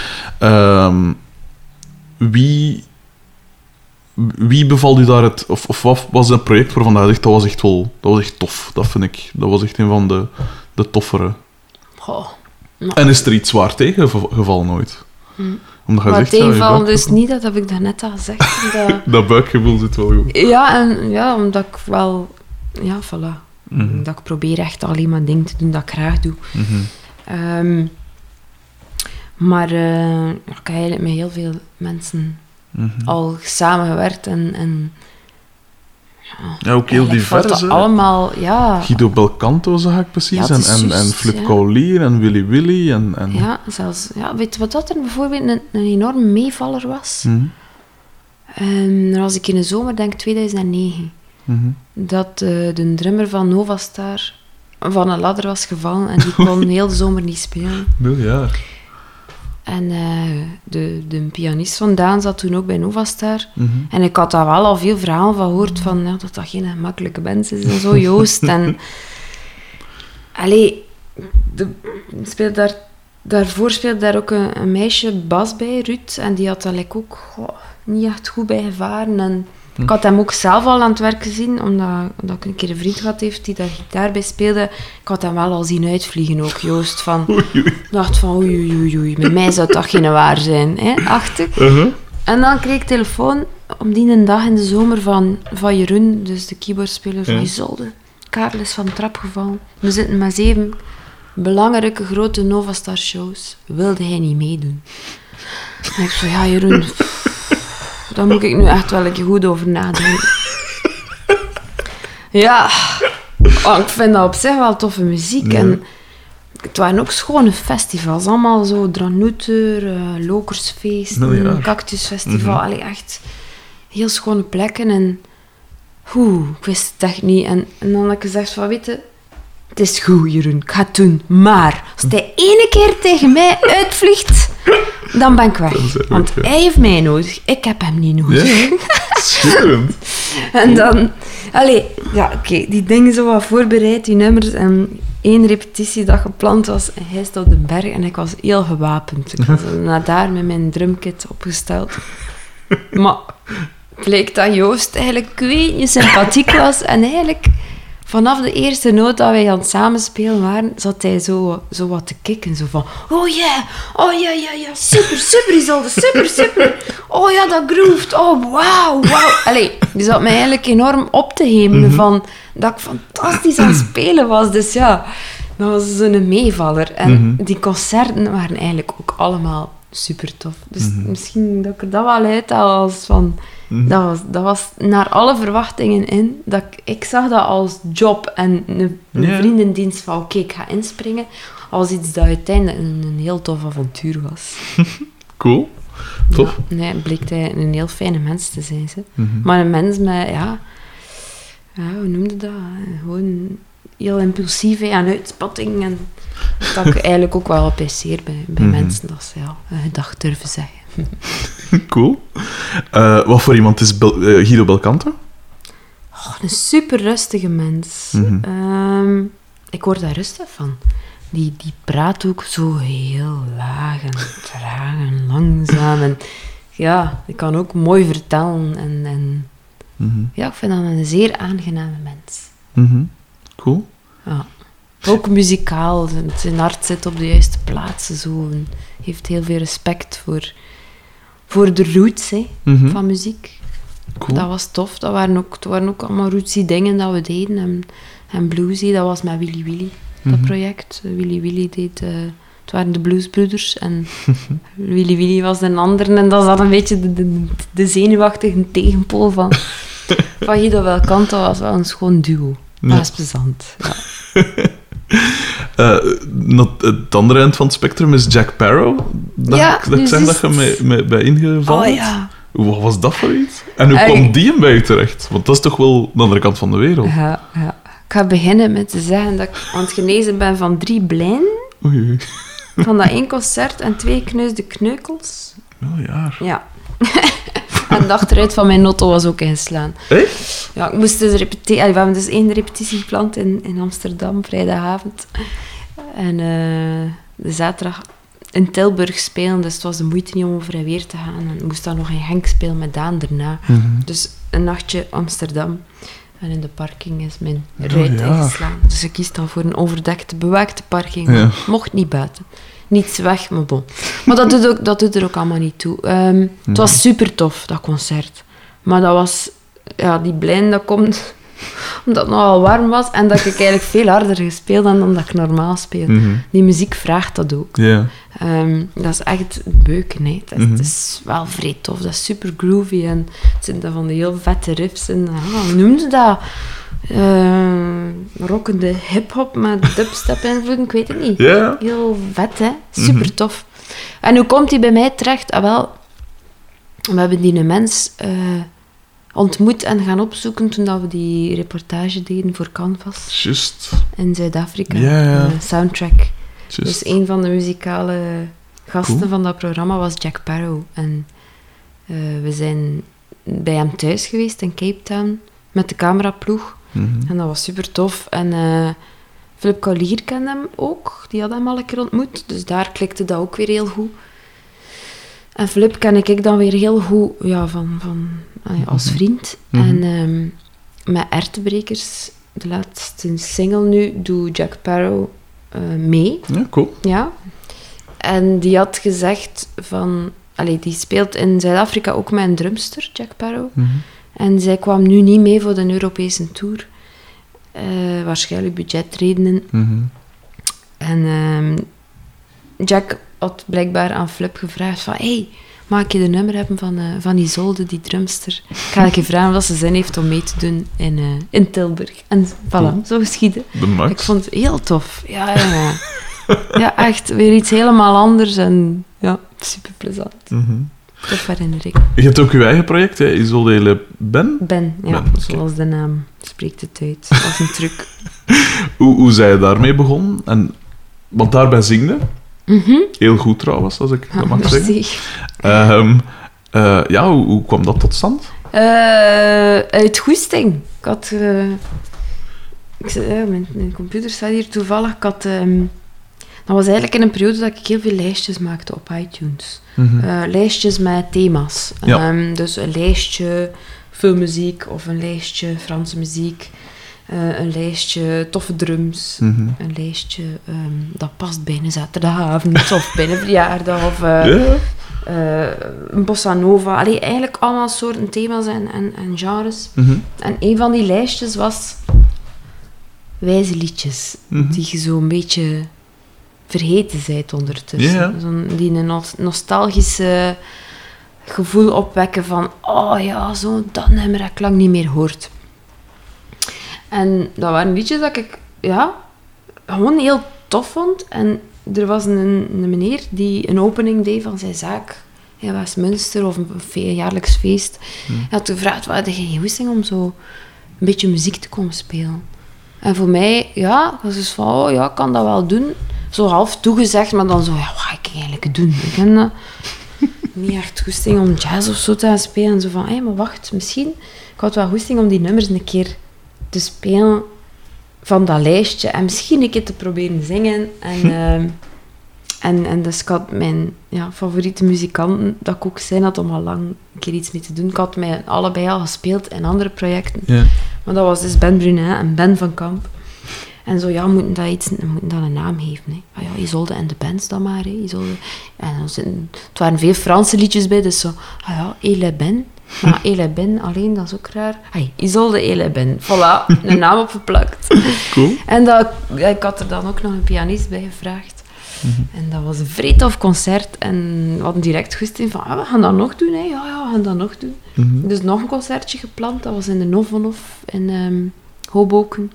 Wie bevalt u daar het... Of wat was een project waarvan je zegt, dat was echt tof. Dat vind ik. Dat was echt een van de toffere. Goh. En is er iets zwaar tegengevallen ooit? Omdat je Maar zegt, tegenvallen ja, dus niet, dat heb ik daarnet al gezegd. dat buikgevoel zit wel goed. Ja, omdat ik wel... Ja, voilà. Mhm. Dat ik probeer echt alleen maar dingen te doen dat ik graag doe. Mhm. Maar ik heb eigenlijk met heel veel mensen Mhm. al samengewerkt en Ja, ook heel eigenlijk valt divers, dat hè. allemaal, ja. Guido Belcanto zag ik precies, Ja, het is en juist, Flip ja. Kaulier en Willy Willy en... Ja, zelfs... Ja, weet je wat dat er bijvoorbeeld een enorme meevaller was? Mhm. Dat was ik in de zomer, denk ik 2009. Mhm. Dat de drummer van Novastar van een ladder was gevallen en die kon heel de zomer niet spelen. Miljard. En de pianist van Daan zat toen ook bij Novastar. Mhm. En ik had daar wel al veel verhalen van gehoord, van ja, dat geen gemakkelijke mens is en zo, Joost. En... Allee, daarvoor speelde daar ook een meisje bas bij, Ruud. En die had daar ook niet echt goed bij gevaren. En ik had hem ook zelf al aan het werk gezien, omdat ik een keer een vriend gehad heeft die daar gitaar bij speelde. Ik had hem wel al zien uitvliegen ook, Joost. Ik dacht van oei, met mij zou dat geen waar zijn, hè, achtig. En dan kreeg ik telefoon op die dag in de zomer van Jeroen, dus de keyboardspeler van Isolde. Karel is van de trap gevallen. We zitten met 7 belangrijke grote Novastar shows. Wilde hij niet meedoen? En ik zei, ja Jeroen, daar moet ik nu echt wel een keer goed over nadenken. Ja, ik vind dat op zich wel toffe muziek. Ja. En het waren ook schone festivals. Allemaal zo Dranouter, Lokersfeest, Cactusfestival. Allee, echt heel schone plekken. En ik wist het echt niet. En dan had ik gezegd van, weet je, het is goed, Jeroen, ik ga het doen. Maar als hij 1 keer tegen mij uitvliegt, dan ben ik weg. Want hij heeft mij nodig. Ik heb hem niet nodig. Ja, schitterend. En dan... die dingen zo wat voorbereid, die nummers. En 1 repetitiedag gepland was. En hij stond op de berg en ik was heel gewapend. Ik was naar daar met mijn drumkit opgesteld. Maar bleek dat Joost eigenlijk niet sympathiek was. En eigenlijk... Vanaf de eerste noot dat wij aan het samenspelen waren, zat hij zo wat te kikken. Zo van, oh ja, super, Isolde, super. Oh ja, dat groeft, oh wauw. Allee, die zat mij eigenlijk enorm op te hemelen van dat ik fantastisch aan het spelen was. Dus ja, dat was zo'n meevaller. En die concerten waren eigenlijk ook allemaal super tof. Dus misschien dat ik er dat wel uithaal als van... Dat was naar alle verwachtingen in. Ik zag dat als job en een vriendendienst van oké, ik ga inspringen. Als iets dat uiteindelijk een heel tof avontuur was. Cool. Tof. Ja, nee, bleek hij een heel fijne mens te zijn. Maar een mens met, hoe noemde dat? Gewoon heel impulsief en uitspatting. En dat ik eigenlijk ook wel apprecieer bij mensen dat ze een dag durven zeggen. Cool. Wat voor iemand is Guido Belcanto? Een super rustige mens. Ik word daar rustig van. Die praat ook zo heel laag en traag en langzaam. En ja, die kan ook mooi vertellen. En ja, ik vind dat een zeer aangename mens. Cool. Ja. Ook muzikaal. Zijn hart zit op de juiste plaatsen. Zo. En heeft heel veel respect voor de roots van muziek. Cool. Dat was tof. Het waren ook allemaal rootsy dingen dat we deden. En bluesy, dat was met Willy Willy. dat project. Willy Willy deed... het waren de Bluesbroeders en Willy Willy was de andere. En dat zat een beetje de zenuwachtige tegenpool van Guido Welcanto. Dat was wel een schoon duo. Dat was plezant. Ja. Het andere eind van het spectrum is Jack Parrow. Dat ik zeg dat je bij ingevallen Oh ja. Wat was dat voor iets? En hoe kwam die bij je terecht? Want dat is toch wel de andere kant van de wereld? Ja. Ik ga beginnen met te zeggen dat ik aan het genezen ben van 3 blijnen. Oei. Van dat 1 concert en 2 kneusde kneukels. Oh ja. Ja. En de achteruit van mijn auto was ook ingeslaan. Echt? Ja, ik moest dus repeteren. We hebben dus 1 repetitie gepland in Amsterdam, vrijdagavond. En de zaterdag in Tilburg spelen, dus het was de moeite niet om over en weer te gaan. En ik moest dan nog in Genk spelen met Daan daarna. Mm-hmm. Dus een nachtje Amsterdam. En in de parking is mijn ruit ingeslaan. Dus ik kies dan voor een overdekte, bewaakte parking. Ja. Mocht niet buiten. Niets weg, maar bon. Maar dat doet er ook allemaal niet toe. Het was super tof, dat concert. Maar dat was... Ja, die blijn, dat komt omdat het nogal warm was en dat ik eigenlijk veel harder gespeeld heb dan dat ik normaal speel. Mm-hmm. Die muziek vraagt dat ook. Ja. Dat is echt beuken, hè. Het is wel vrij tof. Dat is super groovy en het zijn dan van die heel vette riffs. En, hoe noemde dat? Rockende hip-hop met dubstep-invloeden, ik weet het niet. Ja. Heel vet, hè. Super tof. En hoe komt hij bij mij terecht? Wel, we hebben die mens ontmoet en gaan opzoeken toen dat we die reportage deden voor Canvas Just. in Zuid-Afrika. Ja. Soundtrack. Just. Dus een van de muzikale gasten Cool. van dat programma was Jack Parrow. En we zijn bij hem thuis geweest in Cape Town met de cameraploeg. Mm-hmm. En dat was super tof. En Philip Collier kende hem ook. Die had hem al een keer ontmoet. Dus daar klikte dat ook weer heel goed. En Philip ken ik dan weer heel goed als vriend. Mm-hmm. En met Ertebrekers, de laatste single nu, doet Jack Parrow mee. Ja, cool. Ja. En die had gezegd van... die speelt in Zuid-Afrika ook met een drumster, Jack Parrow. Mm-hmm. En zij kwam nu niet mee voor de Europese tour. Waarschijnlijk budgetredenen. Mm-hmm. En Jack had blijkbaar aan Flip gevraagd van... Hey, mag ik je de nummer hebben van Isolde, die drumster? Ik ga je vragen of ze zin heeft om mee te doen in Tilburg. En voilà, zo geschiedde. De max. Ik vond het heel tof. Ja. Ja, echt. Weer iets helemaal anders. En ja, super plezant. Mm-hmm. Tof herinnering. Je hebt ook je eigen project, hè? Isolde Le Ben. Ben, ja. Ben, oké. Zoals de naam spreekt het uit. Als een truc. Hoe zij je daarmee begonnen? Want daarbij zingde. Heel goed trouwens, als ik dat mag zeggen. Merci. Hoe kwam dat tot stand? Uit goesting. Ik had... mijn computer staat hier toevallig. Dat was eigenlijk in een periode dat ik heel veel lijstjes maakte op iTunes. Mm-hmm. Lijstjes met thema's. Ja. Dus een lijstje filmmuziek of een lijstje Franse muziek. Een lijstje toffe drums. Mm-hmm. Een lijstje dat past bij een zaterdagavond of bij een verjaardag. Of een bossa nova. Eigenlijk allemaal soorten thema's en genres. Mm-hmm. En een van die lijstjes was wijze liedjes. Mm-hmm. Die je zo'n beetje vergeten zijt ondertussen. Ja. Die een nostalgische gevoel opwekken van oh ja, zo dat nummer heb ik lang niet meer gehoord. En dat waren liedjes dat ik gewoon heel tof vond. En er was een meneer die een opening deed van zijn zaak in Westminster of een jaarlijks feest. Hij had gevraagd, wat had je geen goesting om zo een beetje muziek te komen spelen? En voor mij, was dus van, ik kan dat wel doen. Zo half toegezegd, maar dan zo, wat ga ik eigenlijk doen? Ik heb niet echt goesting om jazz of zo te gaan spelen. En zo van, maar wacht, misschien... Ik had wel goesting om die nummers een keer te spelen van dat lijstje. En misschien een keer te proberen zingen. En dus ik had mijn favoriete muzikanten, dat ik ook zin had om al lang een keer iets mee te doen. Ik had mij allebei al gespeeld in andere projecten. Ja. Maar dat was dus Ben Brunet en Ben van Kamp. En zo, we moeten dat een naam geven. Hè. Isolde en de bands dan maar. Hè. Isolde. En het waren veel Franse liedjes bij, dus zo, Le Ben. Maar Elebin alleen, dat is ook raar. Isolde Elebin. Voilà, een naam opgeplakt. Cool. En ik had er dan ook nog een pianist bij gevraagd. En dat was een vrij tof concert. En we hadden direct goesting van, we gaan dat nog doen. Hè. Ja, we gaan dat nog doen. Dus nog een concertje gepland. Dat was in de Novenhof in Hoboken.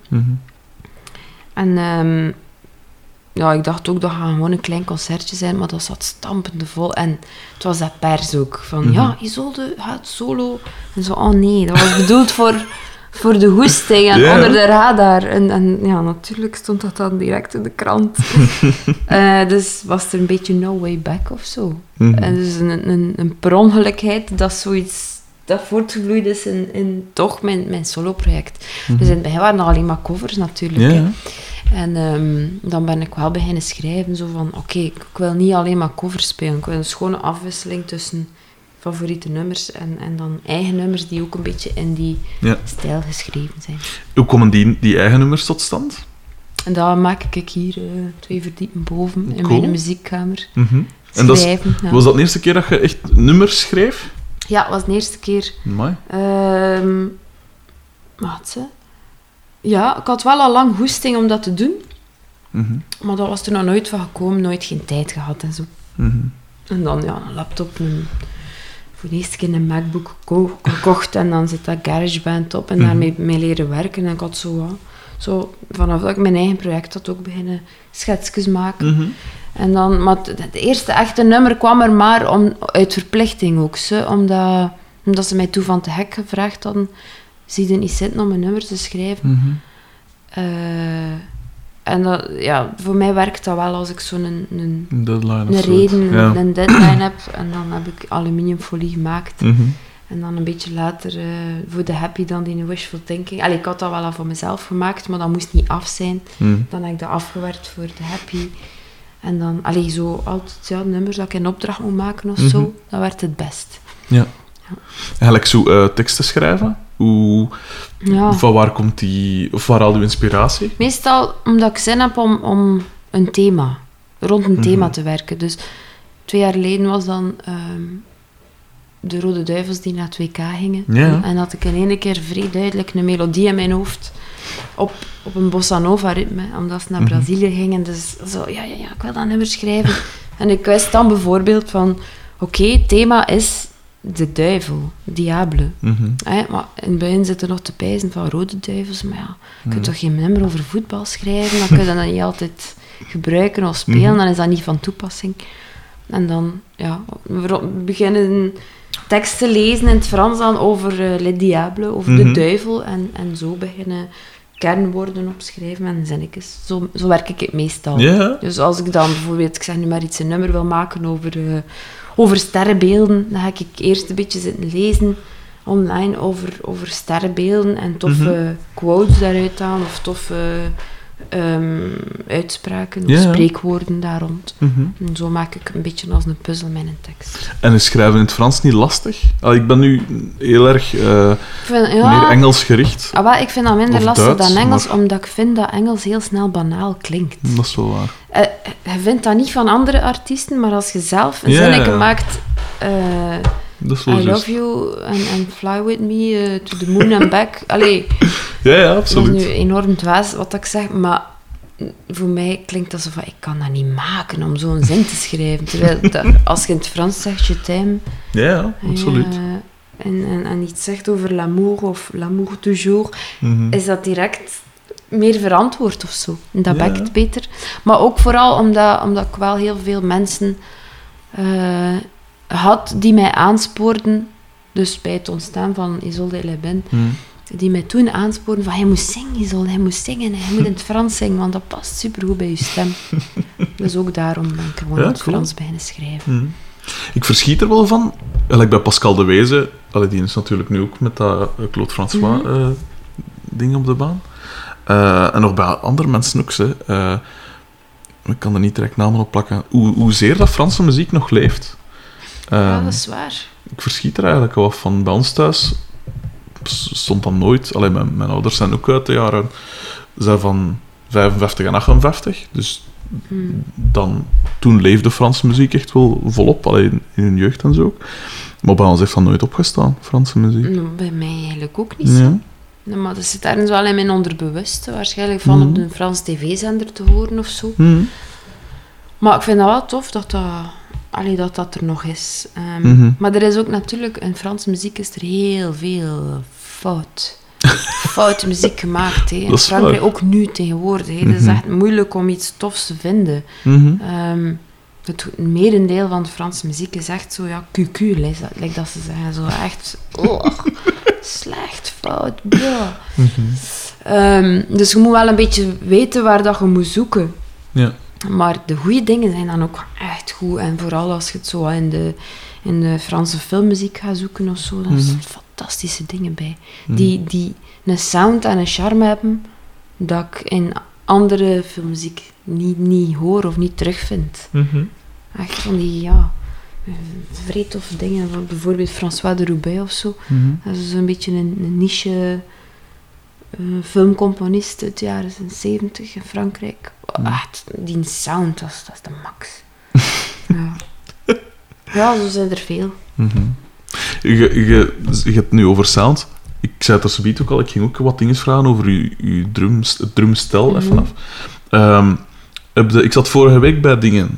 En ik dacht ook dat het gewoon een klein concertje zijn, maar dat zat stampende vol. En het was dat pers ook. Van, Isolde gaat solo. En zo, oh nee, dat was bedoeld voor de hoesting en onder de radar. En ja, natuurlijk stond dat dan direct in de krant. Dus was er een beetje no way back of zo. En dus een per ongelukheid dat zoiets dat voortgevloeid is in toch mijn solo-project. Dus in het begin waren dat alleen maar covers natuurlijk. Ja. En dan ben ik wel beginnen schrijven, zo van, oké, ik wil niet alleen maar covers spelen. Ik wil een schone afwisseling tussen favoriete nummers en dan eigen nummers die ook een beetje in die stijl geschreven zijn. Hoe komen die eigen nummers tot stand? En dat maak ik hier 2 verdiepen boven in mijn muziekkamer. En was dat de eerste keer dat je echt nummers schreef? Ja, dat was de eerste keer. Mooi. Ja, ik had wel al lang goesting om dat te doen. Maar dat was er nog nooit van gekomen, nooit geen tijd gehad en zo. En dan een laptop, voor de eerste keer een MacBook gekocht en dan zit dat GarageBand op en daarmee mee leren werken. En ik had zo vanaf dat ik mijn eigen project had ook beginnen schetsjes maken. En dan, maar het eerste echte nummer kwam er maar uit verplichting ook. Omdat ze mij toen van te gek gevraagd hadden, zie je niet zitten om een nummer te schrijven. En dat, voor mij werkt dat wel als ik zo'n een deadline heb. En dan heb ik aluminiumfolie gemaakt. En dan een beetje later voor de Happy dan die wishful thinking. Ik had dat wel al voor mezelf gemaakt, maar dat moest niet af zijn. Dan heb ik dat afgewerkt voor de Happy. En dan, zo altijd nummers dat ik in opdracht moet maken of zo, dat werd het best. Ja. Eigenlijk zo teksten schrijven? Van waar komt of waar haal je inspiratie? Meestal omdat ik zin heb om een thema, rond een thema te werken. Dus 2 jaar geleden was dan de Rode Duivels die naar 2K gingen. Ja. En had ik in één keer vrij duidelijk een melodie in mijn hoofd op een bossa nova ritme, omdat ze naar Brazilië gingen. Dus zo, ik wil dat nummer schrijven. En ik wist dan bijvoorbeeld van, oké, thema is de duivel, diable. Maar in het begin zitten nog te pijzen van Rode Duivels, maar je kunt toch geen nummer over voetbal schrijven, dan kun je dat niet altijd gebruiken of spelen, dan is dat niet van toepassing. En dan, we beginnen teksten lezen in het Frans dan over Le Diable, over de duivel, en zo beginnen kernwoorden opschrijven en zinnetjes. Zo werk ik het meestal. Yeah. Dus als ik dan bijvoorbeeld, ik zeg nu maar iets, een nummer wil maken over sterrenbeelden, dan ga ik eerst een beetje zitten lezen online over sterrenbeelden en toffe quotes daaruit halen, of toffe uitspraken of spreekwoorden daar rond. En zo maak ik een beetje als een puzzel met een tekst. En is schrijven in het Frans niet lastig? Ik ben nu heel erg meer Engels gericht. Ik vind dat minder lastig Duits, dan Engels, omdat ik vind dat Engels heel snel banaal klinkt. Dat is wel waar. Je vindt dat niet van andere artiesten, maar als je zelf een zinnetje maakt... I love you and fly with me to the moon and back. Ja, absoluut. Dat is nu enorm dwaas wat ik zeg, maar voor mij klinkt dat zo van, ik kan dat niet maken om zo'n zin te schrijven. Terwijl als je in het Frans zegt, je t'aime. Ja, absoluut. En iets zegt over l'amour of l'amour toujours, is dat direct meer verantwoord of zo. En dat bekt beter. Maar ook vooral omdat ik wel heel veel mensen had die mij aanspoorden, dus bij het ontstaan van Isolde Elebin, die mij toen aanspoorden van, hij moet zingen, Isolde, hij moet zingen, hij moet in het Frans zingen, want dat past supergoed bij je stem. Dus ook daarom ben ik gewoon in het Frans beginnen schrijven. Ik verschiet er wel van, bij Pascal de Wezen, die is natuurlijk nu ook met dat Claude François ding op de baan. En nog bij andere mensen ook, ik kan er niet direct namen op plakken, hoezeer dat Franse muziek nog leeft. Ja, dat is waar. Ik verschiet er eigenlijk wel van. Bij ons thuis stond dat nooit. Mijn ouders zijn ook uit de jaren van 55 en 58. Dus toen leefde Franse muziek echt wel volop, in hun jeugd en zo. Maar bij ons heeft dat nooit opgestaan, Franse muziek. Nou, bij mij eigenlijk ook niet zo. Ja. Nou, maar dat zit ergens wel in mijn onderbewuste, waarschijnlijk van op een Frans tv-zender te horen of zo. Maar ik vind dat wel tof dat er nog is. Maar er is ook natuurlijk, in Franse muziek is er heel veel foute muziek gemaakt. Hè. In Frankrijk ook nu tegenwoordig. Hè. Het is echt moeilijk om iets tofs te vinden. Het merendeel van de Franse muziek is echt zo, ja, cucu, lijkt dat ze zeggen. Zo echt, slecht, fout, dus je moet wel een beetje weten waar dat je moet zoeken. Ja. Maar de goede dingen zijn dan ook echt goed. En vooral als je het zo in de Franse filmmuziek gaat zoeken of zo, dan zijn er fantastische dingen bij. Die een sound en een charme hebben dat ik in andere filmmuziek niet hoor of niet terugvind. Echt van die, vrij toffe dingen. Bijvoorbeeld François de Roubaix of zo. Dat is een beetje een niche filmcomponist uit de jaren 70 in Frankrijk. Echt, die sound, dat is de max. Ja, zo zijn er veel. Je hebt het nu over sound. Ik zei het er zoiets ook al, ik ging ook wat dingen vragen over uw drumstel, even af. Ik zat vorige week bij dingen,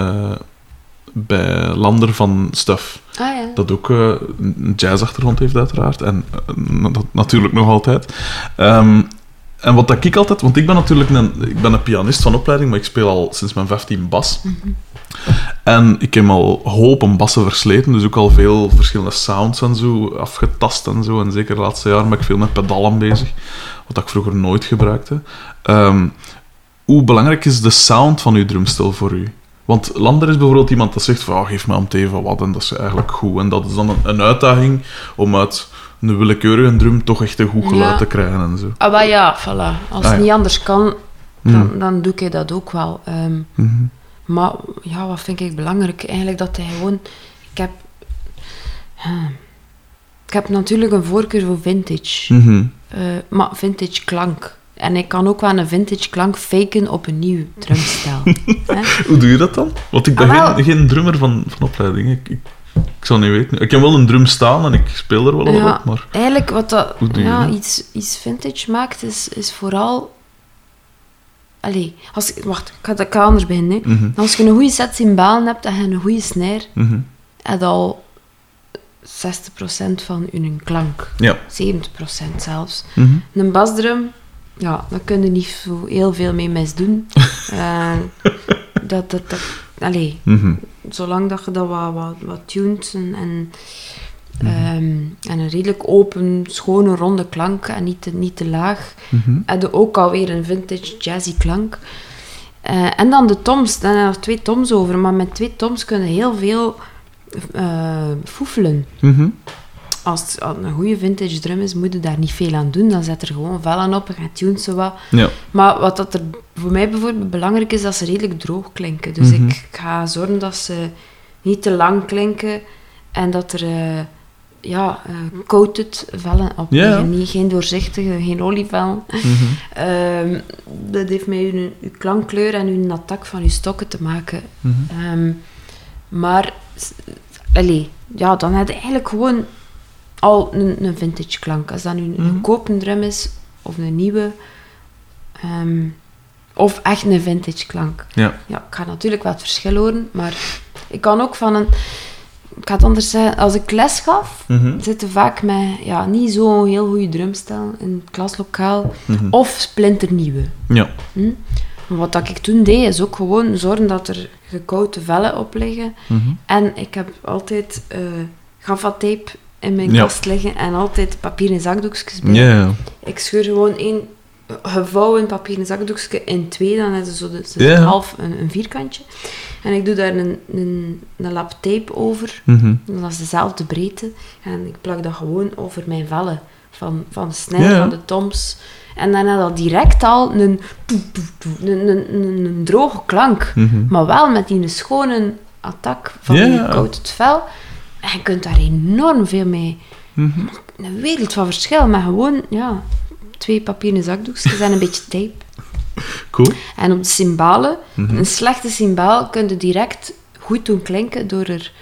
bij Lander van Stuff. Ja. Dat ook een jazzachtergrond heeft, uiteraard. En dat natuurlijk nog altijd. En wat dat ik altijd... Want ik ben natuurlijk een pianist van opleiding, maar ik speel al sinds mijn 15 bas. En ik heb al hopen bassen versleten, dus ook al veel verschillende sounds en zo afgetast en zo. En zeker de laatste jaren ben ik veel met pedalen bezig, wat ik vroeger nooit gebruikte. Hoe belangrijk is de sound van uw drumstel voor u? Want Lander is bijvoorbeeld iemand dat zegt van, geef me om te even wat, en dat is eigenlijk goed. En dat is dan een uitdaging om uit een willekeurige drum toch echt een goed geluid te krijgen en zo. Maar ja, voilà. Als het niet anders kan, dan doe ik dat ook wel. Maar ja, wat vind ik belangrijk? Eigenlijk dat hij gewoon... Ik heb natuurlijk een voorkeur voor vintage. Maar vintage klank. En ik kan ook wel een vintage klank faken op een nieuw drumstel. Hoe doe je dat dan? Want ik ben geen drummer van opleiding. Ik zou niet weten. Ik heb wel een drum staan en ik speel er wel wat op, maar... Eigenlijk wat dat iets vintage maakt, is vooral... Wacht, ik ga anders beginnen. Als je een goede set cymbalen hebt en je een goede snare, heb je al 60% van je klank. Ja. 70% zelfs. Een basdrum, daar kun je niet zo heel veel mee misdoen. Zolang dat je dat wat tunt en een redelijk open, schone, ronde klank en niet te laag. Heb je ook alweer een vintage jazzy klank. En dan de toms, dan heb je nog 2 toms over, maar met 2 toms kun je heel veel foefelen. Als het een goede vintage drum is, moet je daar niet veel aan doen. Dan zet er gewoon vellen op en tunt ze wat. Ja. Maar wat dat er voor mij bijvoorbeeld belangrijk is, dat ze redelijk droog klinken. Dus ik ga zorgen dat ze niet te lang klinken en dat er coated vellen op liggen. Geen doorzichtige, geen olievellen. Dat heeft met uw klankkleur en uw attack van uw stokken te maken. Maar dan heb je eigenlijk gewoon al een vintage klank. Als dat nu een kopen drum is, of een nieuwe, of echt een vintage klank. Ja, ik ga natuurlijk wel het verschil horen, maar ik kan ook van een... Ik ga het anders zeggen, als ik les gaf, zitten vaak met niet zo'n heel goede drumstel in het klaslokaal, of splinternieuwe. Ja. Wat ik toen deed, is ook gewoon zorgen dat er gekouden vellen op liggen. En ik heb altijd gaffatape in mijn kast liggen en altijd papieren zakdoekjes bij. Yeah. Ik scheur gewoon 1 gevouwen papieren zakdoekje in 2, dan is het zo half een vierkantje. En ik doe daar een lap tape over. Dat is dezelfde breedte. En ik plak dat gewoon over mijn vellen van de snij, van de toms. En dan heb je direct al een droge klank. Maar wel met die schone attack van die coated vel. En je kunt daar enorm veel mee. Een wereld van verschil. Maar gewoon, 2 papieren zakdoekjes en een beetje tape. Cool. En op de cymbalen, een slechte cymbaal kun je direct goed doen klinken door er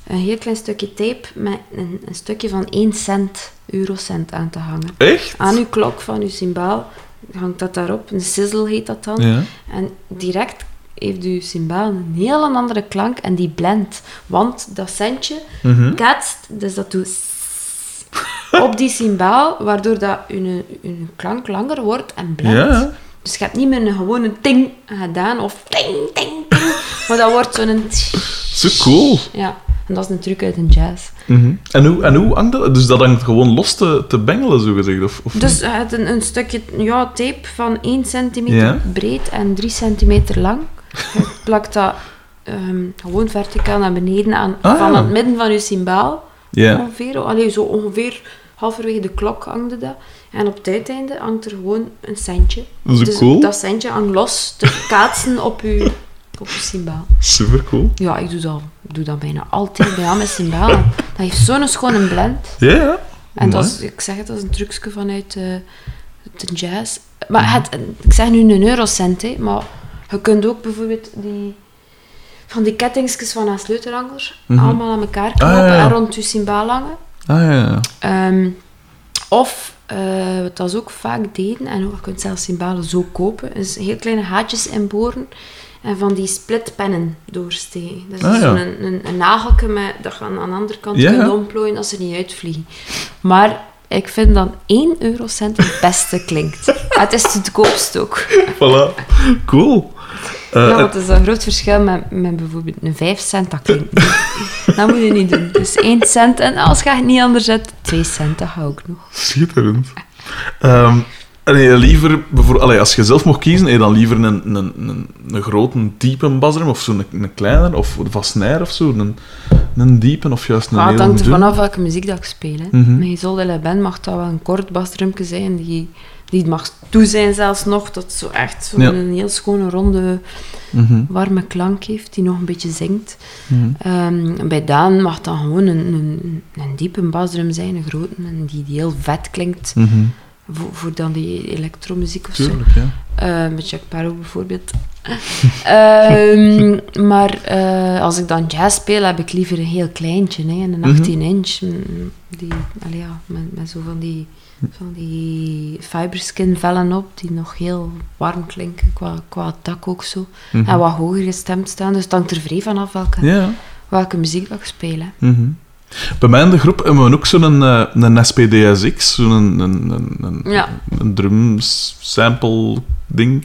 een heel klein stukje tape met een stukje van 1 cent, eurocent aan te hangen. Echt? Aan uw klok van uw cymbaal hangt dat daarop. Een sizzle heet dat dan. Ja. En direct heeft uw cymbaal een heel andere klank en die blendt. Want dat centje kaatst, dus dat doet op die cymbaal, waardoor dat uw klank langer wordt en blendt. Ja. Dus je hebt niet meer een gewone ting gedaan of ting, ting, ting. Maar dat wordt zo'n... Zo cool. Ja, en dat is een truc uit een jazz. En hoe hangt dat? Dus dat hangt gewoon los te bengelen, zogezegd? Of Dus je hebt een stukje tape van 1 centimeter Ja. breed en 3 centimeter lang. Je plakt dat gewoon verticaal naar beneden aan, van het midden van je cymbaal. Ja. Ongeveer. Allee, zo ongeveer halverwege de klok hangde dat. En op het uiteinde hangt er gewoon een centje. Dat is Dus cool. dat centje hangt los te kaatsen op je cymbaal. Super cool. Ja, ik doe dat bijna altijd bij al mijn cymbalen. Dat heeft zo'n schone blend. Ja. En dat is, ik zeg het, dat is een trucje vanuit de jazz. Maar ik zeg nu een eurocent, hè, maar je kunt ook bijvoorbeeld van die kettingsjes van een sleutelhanger allemaal aan elkaar knopen en rond je cymbaal hangen. Ja. Of, wat dat ze ook vaak deden, en je kunt zelfs cymbalen zo kopen, is heel kleine gaatjes inboren en van die splitpennen doorsteken. Dat is een nageltje dat je aan de andere kant kunt omplooien als ze niet uitvliegen. Maar ik vind dat 1 eurocent het beste klinkt. Het is het goedkoopst ook. Voilà. Cool. Want het is een groot verschil met bijvoorbeeld een 5 cent. Dat klinkt niet. Dat moet je niet doen. Dus 1 cent en als je het niet anders zet, 2 cent, dat ga ik nog. Schitterend. Liever, als je zelf mocht kiezen, heb je dan liever een grote, diepe basdrum of zo een kleiner, of van snare of zo, een diepe of juist een Het heel hangt er dun? vanaf welke muziek dat ik speel. Hè. Met Isolde Le Ben mag dat wel een kort basdrumje zijn, die mag toe zijn zelfs nog, dat zo echt een heel schone, ronde, warme klank heeft, die nog een beetje zingt. Bij Daan mag dat gewoon een diepe basdrum zijn, een grote, en die heel vet klinkt. Voor dan die elektromuziek of Tuurlijk, zo. ja. Met Jack Parro bijvoorbeeld. Maar als ik dan jazz speel, heb ik liever een heel kleintje. Hè, een 18-inch. Met zo van die fiberskin vellen op, die nog heel warm klinken, qua tak ook zo. En wat hoger gestemd staan. Dus het hangt er vrij vanaf welke muziek dat ik speel. Hè. Bij mij in de groep hebben we ook zo'n SPDSX, een drum sample ding.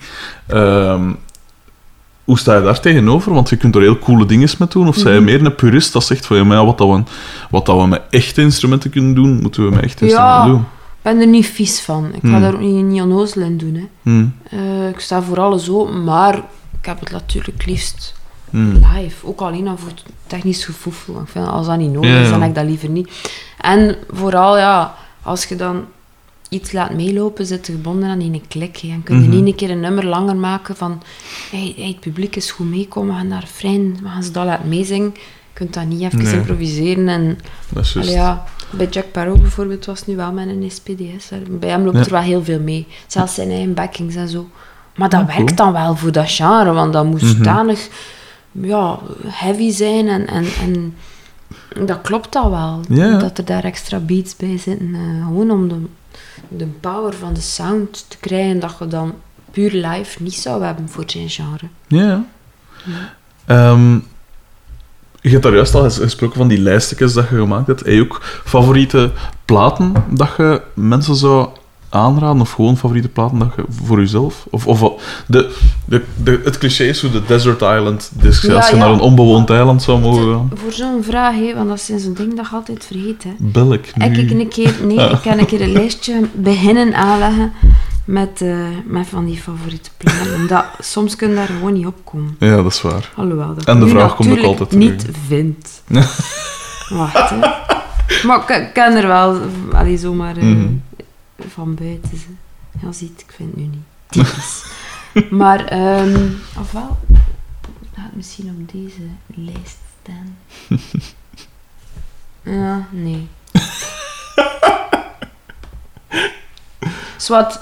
Hoe sta je daar tegenover? Want je kunt er heel coole dingen mee doen. Of zijn je meer een purist dat zegt van wat dat we met echte instrumenten kunnen doen, moeten we met echte instrumenten doen? Ik ben er niet vies van. Ik ga daar ook niet onnozel in doen. Hè. Ik sta voor alles open, maar ik heb het natuurlijk liefst live. Ook alleen al voor het technisch gevoel. Ik vind, als dat niet nodig is, dan heb ik dat liever niet. En vooral, als je dan iets laat meelopen, zit je gebonden aan een klik. En kun je niet een keer een nummer langer maken van het publiek is goed meekomen, we gaan naar refrein, we gaan ze dat laten meezingen. Je kunt dat niet even improviseren. En, bij Jack Parro bijvoorbeeld was het nu wel met een SPDS. Bij hem loopt er wel heel veel mee. Zelfs zijn eigen backings en zo. Maar dat werkt dan wel voor dat genre, want dat moet stanig heavy zijn en dat klopt dan wel. Dat er daar extra beats bij zitten. Gewoon om de power van de sound te krijgen dat je dan puur live niet zou hebben voor zijn genre. Je hebt daar juist al gesproken van die lijstjes dat je gemaakt hebt. Heb je ook favoriete platen dat je mensen zou aanraden? Of gewoon favoriete platen dat je voor jezelf? Of het cliché is zo de Desert Island disc. Als je naar een onbewoond eiland zou mogen gaan. Voor zo'n vraag, want dat is zo'n ding dat je altijd vergeet. Hè. Bel ik nu? Ik kan een keer een lijstje beginnen aanleggen met van die favoriete platen. Soms kun je daar gewoon niet op komen. Ja, dat is waar. Alhoewel, dat en de vraag komt ook altijd terug. niet vindt. Wacht, hè. Maar ik ken er wel zomaar van buiten. Ja, ziet, ik vind het nu niet typisch. Maar, ofwel, dat gaat misschien op deze lijst staan. Ja, nee. Zwat.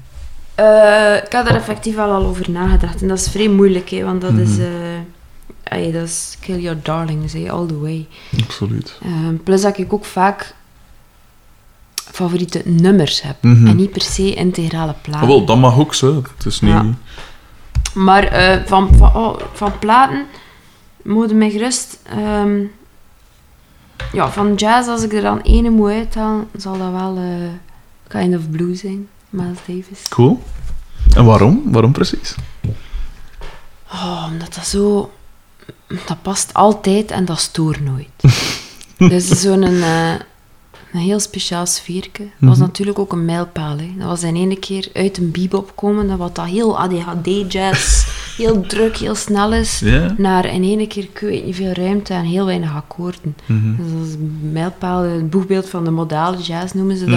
Ik had er effectief al over nagedacht. En dat is vrij moeilijk, hè, want dat is... dat is Kill Your Darlings, all the way. Absoluut. Plus dat ik ook vaak favoriete nummers heb. Mhm. En niet per se integrale platen. Wel, dat mag ook zo. Het is niet... Ja. Maar van platen mogen mij gerust... van jazz, als ik er dan ene moet uithalen, zal dat wel Kind of Blue zijn. Miles Davis. Cool. En waarom? Waarom precies? Omdat dat zo... Dat past altijd en dat stoort nooit. Dus zo'n een heel speciaal sfeerke. Dat was natuurlijk ook een mijlpaal. Hè. Dat was in ene keer uit een bebop komen, dat wat heel ADHD-jazz, heel druk, heel snel is, naar in ene keer, ik weet niet veel ruimte en heel weinig akkoorden. Dus dat is een mijlpaal, het boegbeeld van de modale jazz noemen ze dat.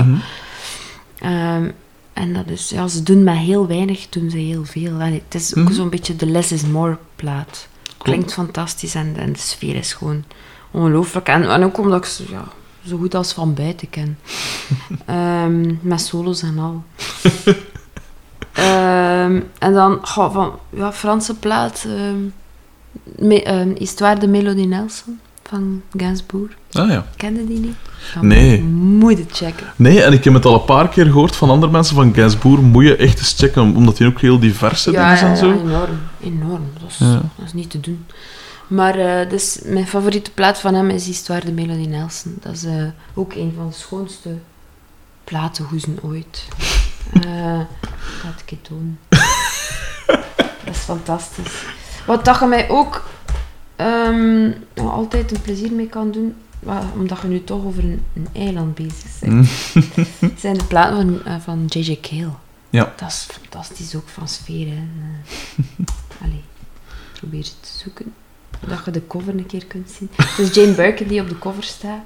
En dat is, ze doen met heel weinig, doen ze heel veel. En het is ook zo'n beetje de less is more plaat. Klinkt fantastisch en de sfeer is gewoon ongelooflijk. En ook omdat ik zo goed als van buiten ken. Met solos en al. En dan van Franse plaat. Histoire de Melody Nelson van Gainsbourg. Ah ja. Kende die niet? Nee. Moet je checken. Nee, en ik heb het al een paar keer gehoord van andere mensen van Gainsbourg. Moet je echt eens checken, omdat hij ook heel diverse dingen is en zo. Ja, enorm. Dat is niet te doen. Maar dus mijn favoriete plaat van hem is Histoire de Melody Nelson. Dat is ook een van de schoonste platenhoezen ooit. Laat ik het doen. Dat is fantastisch. Wat dat je mij ook altijd een plezier mee kan doen, omdat je nu toch over een eiland bezig bent, zijn de platen van J.J. Cale. Ja. Dat is fantastisch, ook van sfeer. Allee, probeer het te zoeken. Dat je de cover een keer kunt zien. Het is Jane Birkin die op de cover staat.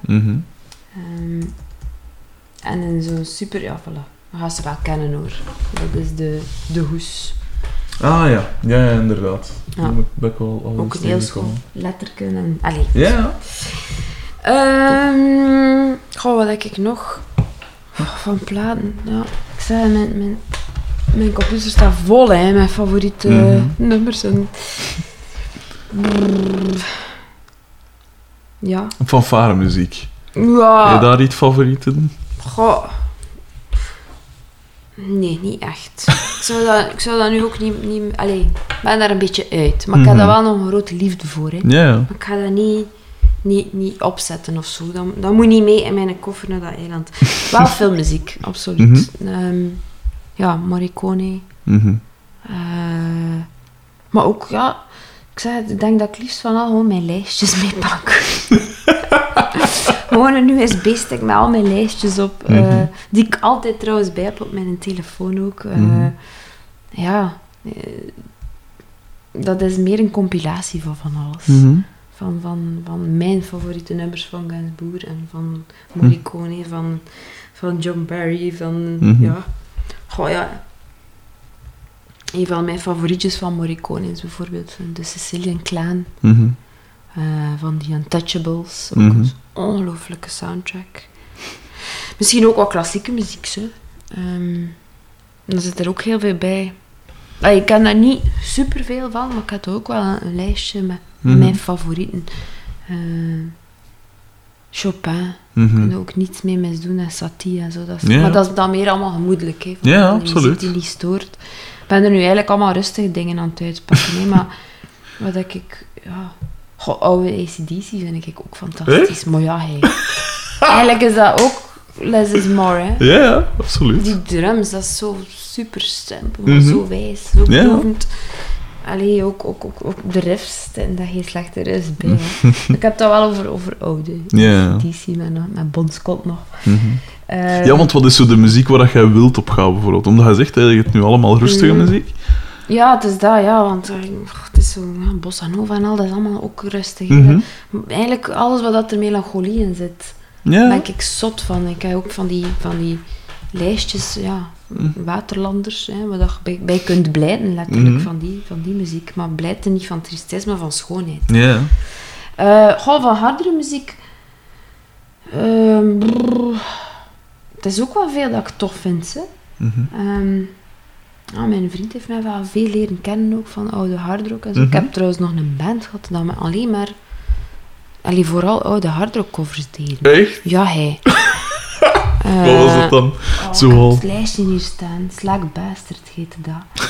En in zo'n super... Ja, voilà. Dat gaan ze wel kennen, hoor. Dat is de hoes. Ah ja. Ja, inderdaad. Ja. Dat ben ik al ook een heel schoon letterken en... Allee. Ja. Wat heb ik nog? Van platen. Ja, ik zei, mijn computer staat vol, hè, met favoriete nummers. En... Ja. Fanfare-muziek. Ja. Heb je daar iets favorieten? Goh. Nee, niet echt. Ik zou dat nu ook niet... Allee, ik ben daar een beetje uit. Maar ik heb daar wel nog een grote liefde voor. Hè. Ja. Maar ik ga dat niet opzetten of zo. Dat moet niet mee in mijn koffer naar dat eiland. Wel filmmuziek, absoluut. Morricone. Maar ook, ik denk dat ik liefst van al gewoon mijn lijstjes meepak. Gewoon nu eens bezig met al mijn lijstjes op. Die ik altijd trouwens bij heb op mijn telefoon ook. Dat is meer een compilatie van alles. Van mijn favoriete nummers van Gainsbourg en van Morricone, van John Barry, een van mijn favorietjes van Morricone is bijvoorbeeld de Sicilian Clan. Van die Untouchables. Ook een ongelooflijke soundtrack. Misschien ook wat klassieke muziek, zo. Dan zit er ook heel veel bij. Ik ken daar niet superveel van, maar ik had ook wel een lijstje met mijn favorieten. Chopin. Ik kan er ook niets mee misdoen en Satie en zo. Maar dat is dan meer allemaal gemoedelijk. Hè, ja, absoluut. Muziek die niet stoort. Ik ben er nu eigenlijk allemaal rustige dingen aan het uitpakken. Hè, maar wat ik... Ja... oude AC/DC vind ik ook fantastisch. Maar ja, eigenlijk is dat ook less is more, hè. Ja, absoluut. Die drums, dat is zo super simpel, maar zo wijs, zo belovend. Allee, ook de riffs, en dat geen slechte riffs bij. Ik heb het wel over oude AC/DC met Bon Scott nog. Ja, want wat is zo de muziek waar jij wilt op gaan, bijvoorbeeld? Omdat je zegt, je hebt nu allemaal rustige muziek. Ja, het is dat, want het is zo, bossa nova en al, dat is allemaal ook rustig. Eigenlijk alles wat er melancholie in zit, ben ik zot van. Ik heb ook van die lijstjes, waterlanders, waar je bij kunt blijten, letterlijk, van die muziek. Maar blijten niet van tristesse, maar van schoonheid. Ja. Van hardere muziek... het is ook wel veel dat ik tof vind, hè. Ja, mijn vriend heeft mij wel veel leren kennen ook van oude hardrock en zo. Ik heb trouwens nog een band gehad dat me alleen maar... vooral oude hardrock covers deden. Echt? Ja, hij. Wat was dat dan? Ik Zoal. heb het lijstje hier staan. Slack Bastard heette dat.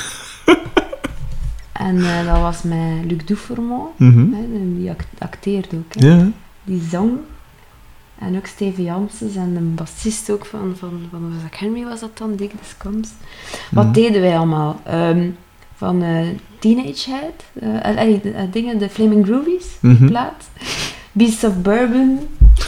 En dat was met Luc Dufourmont. Mhm. En die acteerde ook. Hè. Ja. Die zong. En ook Stevie Janssens en de bassist ook van Zack Henry was dat dan, Dick the Scums. Wat deden wij allemaal? Van Teenage Head, dingen, de Flaming Groovies, plaat. Beasts of Bourbon.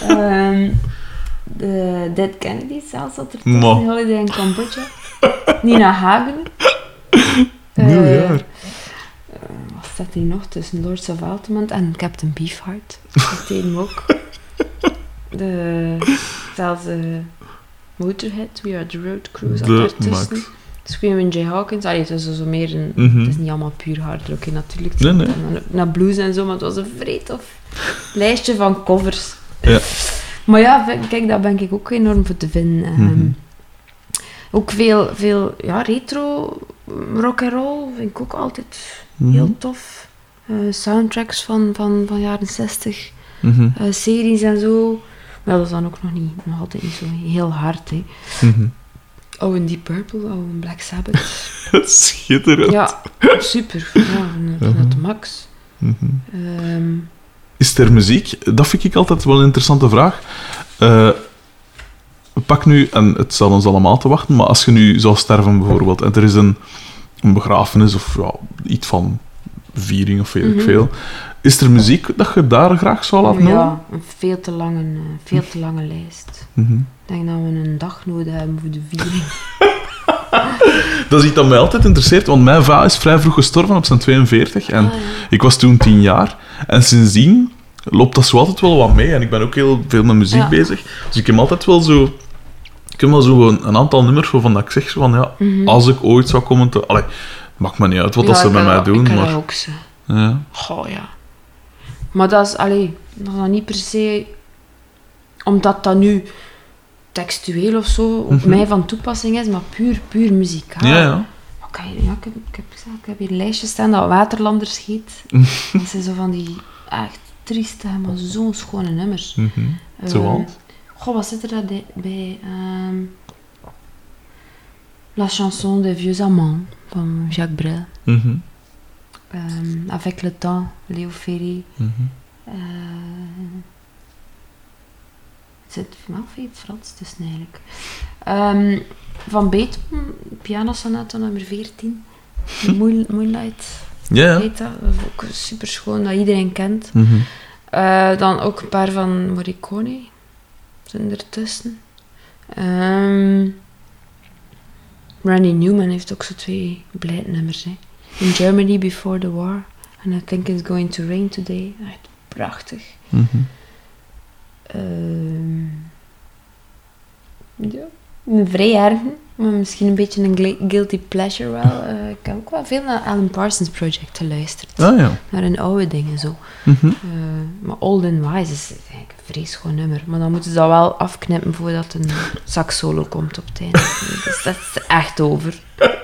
De Dead Kennedys zelfs zat er tussen. Holiday in Cambodja. Nina Hagen. Miljard. Wat staat hier nog tussen? Lords of Altamont en Captain Beefheart. Dat deden we ook. Zelfs Motorhead, We Are The Road Crew zat daartussen. Screaming Jay Hawkins. Het is zo meer een... Het is niet allemaal puur hardrock, natuurlijk. Nee. Naar blues en zo, maar het was een vrij tof lijstje van covers. Ja. Maar ja, kijk, daar ben ik ook enorm voor te vinden. Ook veel retro rock and roll vind ik ook altijd heel tof. Soundtracks van jaren 60. Series en zo. Maar dat is dan ook nog altijd niet zo heel hard. Hè. Oude Deep Purple, oude Black Sabbath. Schitterend. Ja, super. Ja, net de max. Is er muziek? Dat vind ik altijd wel een interessante vraag. Pak nu, en het zal ons allemaal te wachten, maar als je nu zou sterven bijvoorbeeld, en er is een begrafenis of iets van viering of weet ik veel, is er muziek dat je daar graag zou laten horen? Ja, een veel te lange lijst. Ik denk dat we een dag nodig hebben voor de viering. Dat is iets dat mij altijd interesseert, want mijn va is vrij vroeg gestorven op zijn 42 en ik was toen 10 jaar. En sindsdien loopt dat zo altijd wel wat mee en ik ben ook heel veel met muziek bezig. Dus ik heb altijd wel zo... Ik heb wel zo een aantal nummers waarvan dat ik zeg zo van, als ik ooit zou komen te... Allee, maakt me niet uit wat dat ze met mij doen, ik maar... dat ook zo. Ja. Goh, ja. Maar dat is dan niet per se... Omdat dat nu textueel of zo op mij van toepassing is, maar puur muzikaal. Ja. Ik heb hier een lijstje staan dat Waterlanders heet. Dat zijn zo van die echt trieste, maar zo'n schone nummers. Zoals? Wat zit er dat bij? La chanson des vieux amants van Jacques Brel. Avec le temps, Léo Ferré. Er zit wel veel Frans tussen eigenlijk. Van Beethoven, Pianosonate nummer 14. Moonlight. Ja. Heet dat. Dat is ook super schoon, dat iedereen kent. Dan ook een paar van Morricone. Zijn ertussen. Randy Newman heeft ook zo 2 blijdnummers. In Germany Before the War. And I Think It's Going to Rain Today. Echt prachtig. Ja, een vrij erg, maar misschien een beetje een guilty pleasure wel. Ik heb ook wel veel naar Alan Parsons Project geluisterd. Naar hun oude dingen zo. Maar Old and Wise is eigenlijk een vrij schoon nummer. Maar dan moeten ze dat wel afknippen voordat een sax solo komt op het einde. Dus dat is echt over.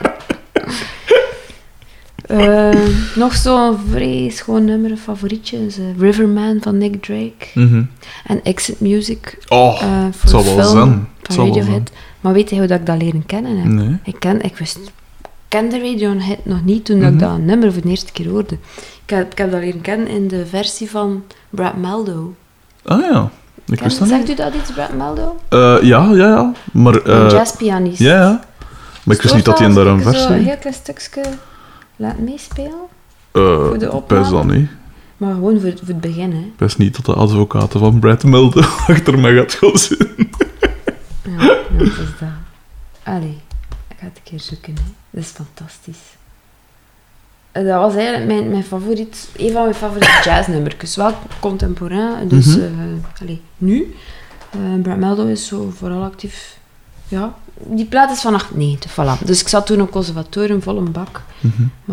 Nog zo'n vrij schoon nummer, een favorietje, is Riverman van Nick Drake. En Exit Music voor zal wel film van Radiohead. Maar weet je hoe dat ik dat leren kennen heb? Nee. Ik kende Radiohead nog niet toen ik dat nummer voor de eerste keer hoorde. Ik heb dat leren kennen in de versie van Brad Meldo. Ik wist dat Zegt niet. u dat iets, Brad Meldo? Ja. Maar, een jazzpianist. Ja. Maar ik wist niet dat hij in daar een versie... Een heel klein stukje laten meespelen? Voor de opname? Best dan niet. Maar gewoon voor het begin, hè. Best niet dat de advocaten van Brad Meldo achter mij gaat gaan zitten. Ja, dat is dat. Allee, ik ga het een keer zoeken, hè. Dat is fantastisch. Dat was eigenlijk een van mijn favoriete jazznummertjes. Wel contemporain, dus nu. Brad Meldo is zo vooral actief. Ja, die plaat is van 98, voilà. Dus ik zat toen op conservatorium, vol een bak. Maar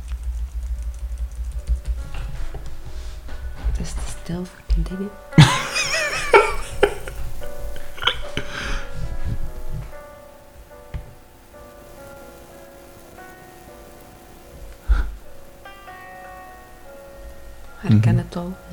het is te stil voor die dingen. herken het al. Hè.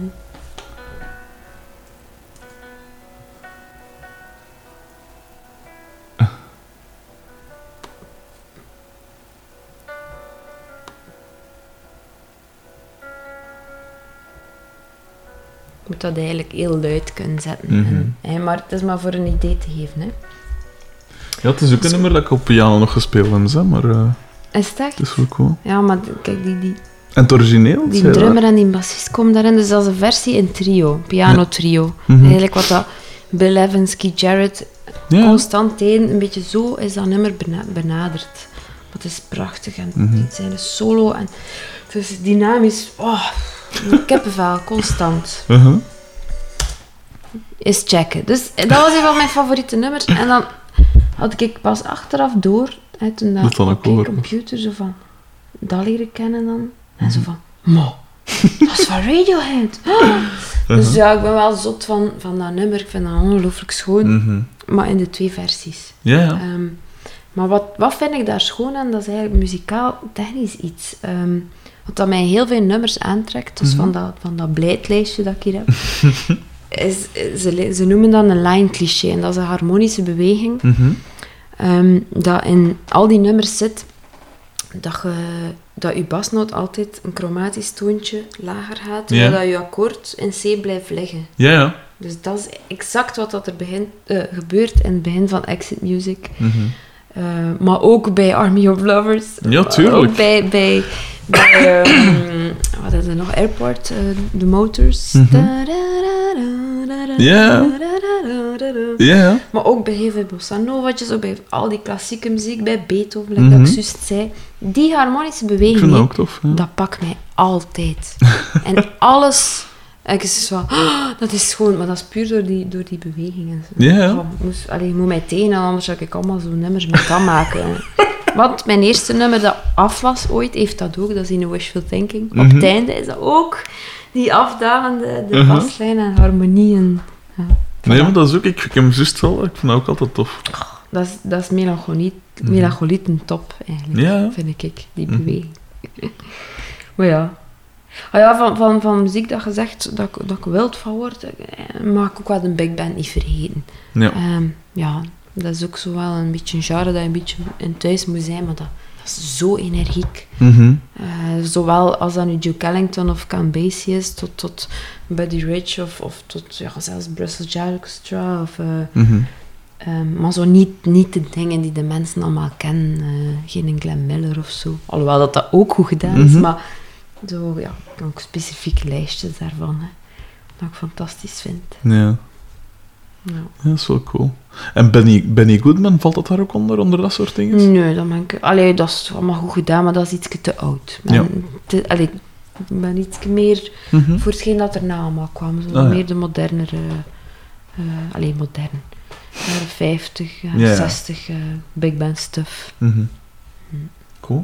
Je moet dat eigenlijk heel luid kunnen zetten. Maar het is maar voor een idee te geven. Hè. Ja, het is ook een nummer dat ik op piano nog gespeeld heb, hè, maar Is het echt? het is wel cool. Ja, maar kijk, En het origineel? die zei je drummer en die bassist komen daarin. Dus dat is een versie in trio, piano-trio. Mhm. Eigenlijk wat dat Bill Evans, Keith Jarrett Ja. constant deden, een beetje zo is dat nummer benaderd. Het is prachtig en het zijn een solo en het is dynamisch. Oh, kippenvel, constant. Is checken. Dus dat was een van mijn favoriete nummers. En dan had ik pas achteraf door, hè, toen Dat dat dan op ook mijn over was. computer zo van, dat leren kennen dan. En zo van, dat is van Radiohead. Dus ja, ik ben wel zot van dat nummer. Ik vind dat ongelooflijk schoon. Maar in de 2 versies. Ja, ja. Maar wat vind ik daar schoon aan? Dat is eigenlijk muzikaal technisch iets. Wat dat mij heel veel nummers aantrekt, dus van dat blijdlijstje dat ik hier heb, ze noemen dat een line cliché. En dat is een harmonische beweging. Dat in al die nummers zit dat je basnoot altijd een chromatisch toontje lager gaat, terwijl dat je akkoord in C blijft liggen. Ja, ja. Dus dat is exact wat dat er gebeurt in het begin van Exit Music. Maar ook bij Army of Lovers. Ja, tuurlijk. Ook bij wat is er nog? Airport, The Motors. Ja. Ja. Maar ook bij heel veel bossa novatjes, ook bij al die klassieke muziek, bij Beethoven, like dat ik juist zei. Die harmonische Ik beweging, vind dat ook tof. Ja. dat pakt mij altijd. En alles... Ik is zo van, dat is schoon, maar dat is puur door die bewegingen. Ja, ja. Je moet mij tegen, anders zou ik allemaal zo'n nummers met dat maken. Want mijn eerste nummer dat af was ooit, heeft dat ook. Dat is in Wishful Thinking. Op het einde is dat ook die afdalende, de baslijn en harmonie. En, Nee, maar dat is ook... Ik heb hem juist wel... Ik vind dat ook altijd tof. Dat is melancholiet een top, eigenlijk. Ja. Vind ik, die beweging. Maar ja... van muziek dat je zegt dat ik wild van word, mag ik ook wel de big band niet vergeten. Ja. Dat is ook zo wel een beetje een genre dat je een beetje in thuis moet zijn, maar dat is zo energiek. Zowel als dat nu Duke Ellington of Count Basie is, tot Buddy Rich of tot zelfs Brussels Jazz Orchestra. Maar zo niet de dingen die de mensen allemaal kennen. Geen Glenn Miller of zo. Alhoewel dat ook goed gedaan is, maar zo, ja, ook specifieke lijstjes daarvan. Hè, dat ik fantastisch vind. Ja. Ja. Ja, dat is wel cool. En Benny Goodman, valt dat daar ook onder dat soort dingen? Nee, dat ben ik... dat is allemaal goed gedaan, maar dat is iets te oud. Ik ben iets meer voor hetgeen dat erna allemaal kwam. Zo meer de modernere... modern. Jaren 50, 60, big band stuff. Cool.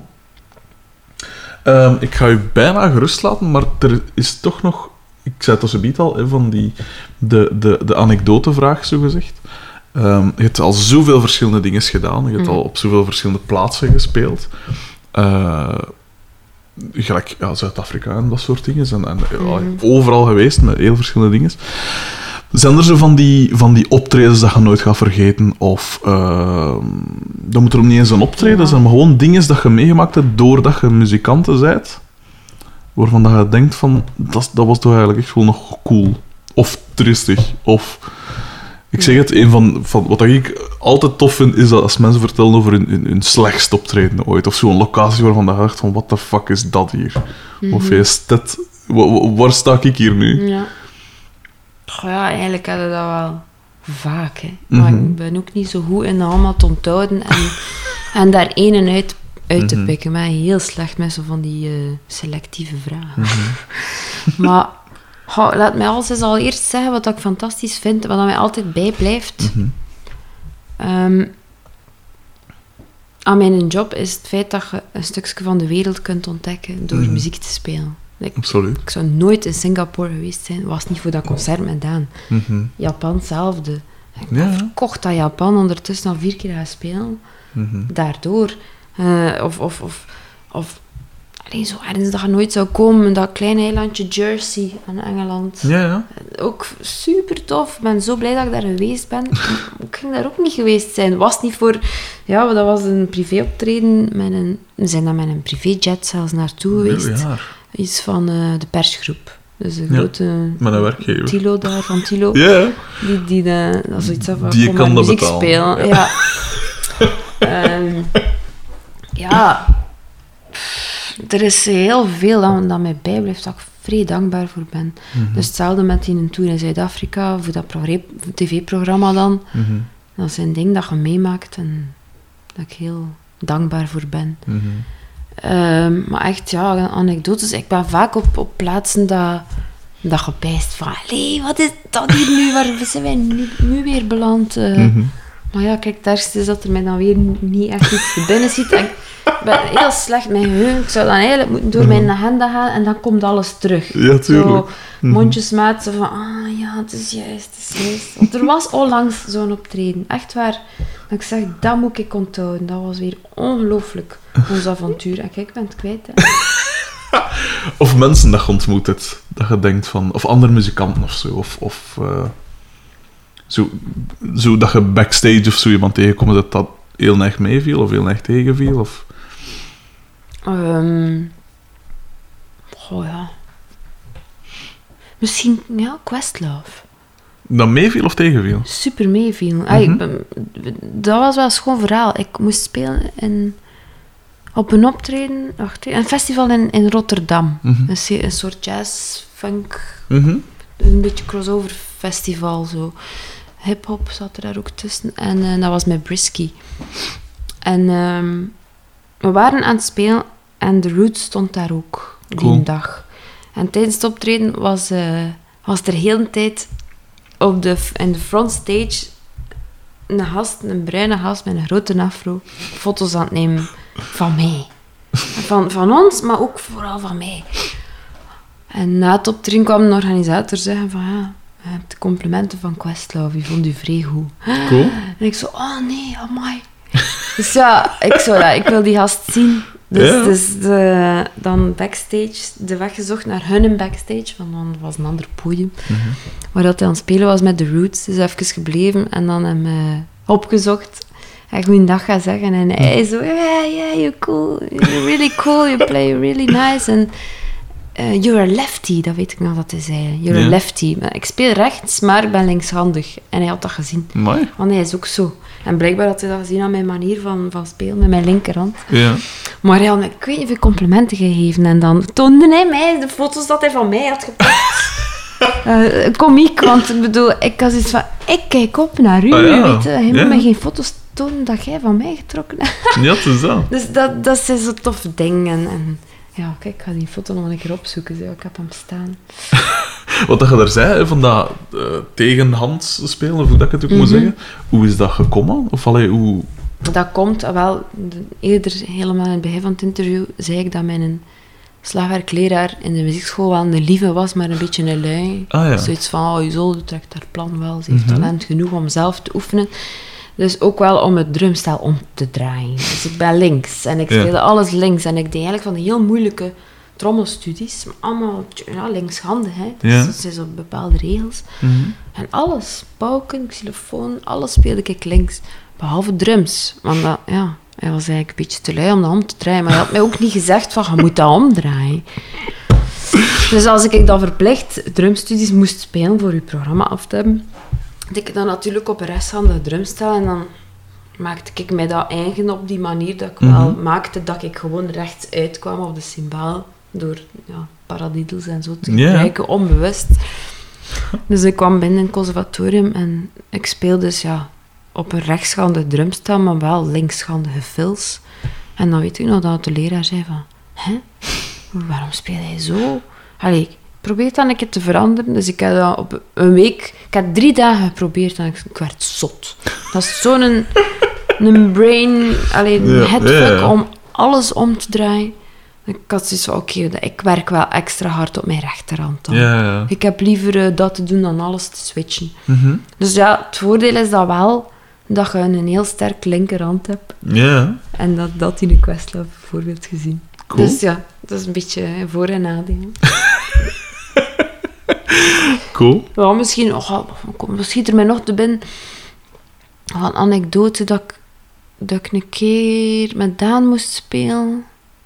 Ik ga u bijna gerust laten, maar er is toch nog... Ik zei het tussenbeet al, van de anekdotevraag, zogezegd. Je hebt al zoveel verschillende dingen gedaan. Je hebt al op zoveel verschillende plaatsen gespeeld. Gelijk Zuid-Afrika en dat soort dingen. En overal geweest met heel verschillende dingen. Zijn er zo van die optredens dat je nooit gaat vergeten? Of dan moet er ook niet eens een optreden zijn, maar gewoon dingen dat je meegemaakt hebt doordat je muzikante bent, waarvan dat je denkt van, dat was toch eigenlijk echt wel nog cool. Of tristig. Of... Ik zeg het, een van wat ik altijd tof vind, is dat als mensen vertellen over hun slechtst optreden ooit. Of zo'n locatie waarvan je dacht van, what the fuck is dat hier? Of is dit... Waar sta ik hier nu? Ja. Ja, eigenlijk hadden we dat wel vaak. Hè. Maar ik ben ook niet zo goed in dat allemaal te onthouden en daar een en uit te pikken. Maar heel slecht met zo van die selectieve vragen. Maar laat mij alles eens al eerst zeggen wat ik fantastisch vind, wat mij altijd bijblijft. Aan mijn job is het feit dat je een stukje van de wereld kunt ontdekken door muziek te spelen. Absoluut. Ik zou nooit in Singapore geweest zijn, was niet voor dat concert met Daan. Japan hetzelfde. Ik heb verkocht dat Japan ondertussen al 4 keer gaan spelen. Daardoor. Alleen zo ergens dat je nooit zou komen. Dat kleine eilandje Jersey in Engeland. Ja. Ook super tof. Ik ben zo blij dat ik daar geweest ben. Ik ging daar ook niet geweest zijn. Was niet voor... Ja, dat was een privéoptreden. We zijn daar met een privéjet zelfs naartoe geweest. Iets van de persgroep. Dus een grote... Met een werkgever. Tilo daar, van Tilo. Ja. Die dat is zoiets van... Die kan dat muziek betalen. spelen. Ja. Ja... Er is heel veel dat mij bijblijft, dat ik vrij dankbaar voor ben. Dus hetzelfde met die tour in Zuid-Afrika, voor dat tv-programma dan. Dat is een ding dat je meemaakt en dat ik heel dankbaar voor ben. Maar echt, ja, anekdotes. Ik ben vaak op plaatsen dat je bijst van, allee, wat is dat hier nu? Waar zijn wij nu weer beland? Maar ja, kijk, daar is dat er mij dan weer niet echt iets binnen ziet. Ik ben heel slecht met geheugen. Ik zou dan eigenlijk moeten door mijn agenda gaan en dan komt alles terug. Ja, tuurlijk. Zo, mondjesmaat, zo van, ja, het is juist. Want er was onlangs zo'n optreden. Echt waar. Dat ik zeg, dat moet ik onthouden. Dat was weer ongelooflijk, ons avontuur. En kijk, ik ben het kwijt, hè. Of mensen dat je ontmoet hebt, dat je denkt van... Of andere muzikanten of zo. Of zo dat je backstage of zo iemand tegenkomt dat heel erg meeviel of heel erg tegenviel, of... Ja. Misschien, ja, Questlove. Dat meeviel of tegenviel? Super meeviel. Dat was wel een schoon verhaal. Ik moest spelen op een optreden... een festival in Rotterdam. Een soort jazz, funk... Een beetje crossover festival, zo. Hip-hop zat er daar ook tussen. En dat was met Brisky. En we waren aan het spelen en The Roots stond daar ook die dag. En tijdens het optreden was er heel de tijd in de frontstage een bruine gast met een grote afro foto's aan het nemen van mij. Van ons, maar ook vooral van mij. En na het optreden kwam een organisator zeggen van ja, je hebt de complimenten van Questlove, die vond u vrij goed. Cool. En ik zo, oh nee, amai. Dus ja, ik wil die gast zien. Dus dan backstage, de weg gezocht naar hun backstage, want dan was een ander podium, waar dat hij aan het spelen was met The Roots. Dus even gebleven en dan hem opgezocht en goeiedag gaan zeggen. En hij zo, yeah, you're cool, you're really cool, you play really nice. En you're a lefty, dat weet ik nog dat hij zei. You're a lefty. Ik speel rechts, maar ik ben linkshandig. En hij had dat gezien. Mooi. Want hij is ook zo. En blijkbaar had hij dat gezien aan mijn manier van spelen met mijn linkerhand. Ja. Maar hij had me, ik weet niet hoeveel complimenten gegeven. En dan toonde hij mij de foto's dat hij van mij had gepakt. Komiek, want ik bedoel, ik had zoiets van, ik kijk op naar u. Weet je, hij moet me geen foto's tonen dat jij van mij getrokken hebt. Ja, het is dat. Dus dat zijn zo toffe dingen. En ja, kijk, ik ga die foto nog een keer opzoeken. Zo. Ik heb hem staan. Wat dat je daar zei, van dat tegenhands spelen, of hoe dat ik het ook moet zeggen. Hoe is dat gekomen? Of hoe... Dat komt, wel, eerder helemaal in het begin van het interview zei ik dat mijn slagwerkleraar in de muziekschool wel een lieve was, maar een beetje een lui. Zoiets van, je zolder trekt haar plan wel, ze heeft talent genoeg om zelf te oefenen. Dus ook wel om het drumstel om te draaien. Dus ik ben links en ik speelde alles links. En ik deed eigenlijk van de heel moeilijke trommelstudies, maar allemaal linkshandig. Dus dat zijn zo bepaalde regels. En alles, pauken, xylofoon, alles speelde ik links. Behalve drums. Want dat, hij was eigenlijk een beetje te lui om dat om te draaien. Maar hij had mij ook niet gezegd van, je moet dat omdraaien. Dus als ik dan verplicht drumstudies moest spelen voor uw programma af te hebben, had ik dan natuurlijk op een rechtshandige drumstel en dan maakte ik mij dat eigen op die manier dat ik wel maakte dat ik gewoon rechts uitkwam op de cymbaal door paradiddels en zo te gebruiken, onbewust. Dus ik kwam binnen in het conservatorium en ik speelde dus op een rechtshandige drumstel, maar wel linkshandige fills. En dan weet ik nog dat de leraar zei van, waarom speel jij zo? Allee, probeer het dan een keer te veranderen. Dus ik heb dat op een week... Ik heb 3 dagen geprobeerd en ik werd zot. Dat is zo'n een brain... Alleen een headfuck om alles om te draaien. Ik had zoiets van, oké, ik werk wel extra hard op mijn rechterhand dan. Ja. Ik heb liever dat te doen dan alles te switchen. Dus het voordeel is dat wel dat je een heel sterk linkerhand hebt. Ja. En dat in de Questlove bijvoorbeeld gezien. Cool. Dus Dat is een beetje voor- en nadeel. Cool. Ja, misschien... wat schiet er mij nog te binnen? Een anekdote dat ik een keer met Daan moest spelen.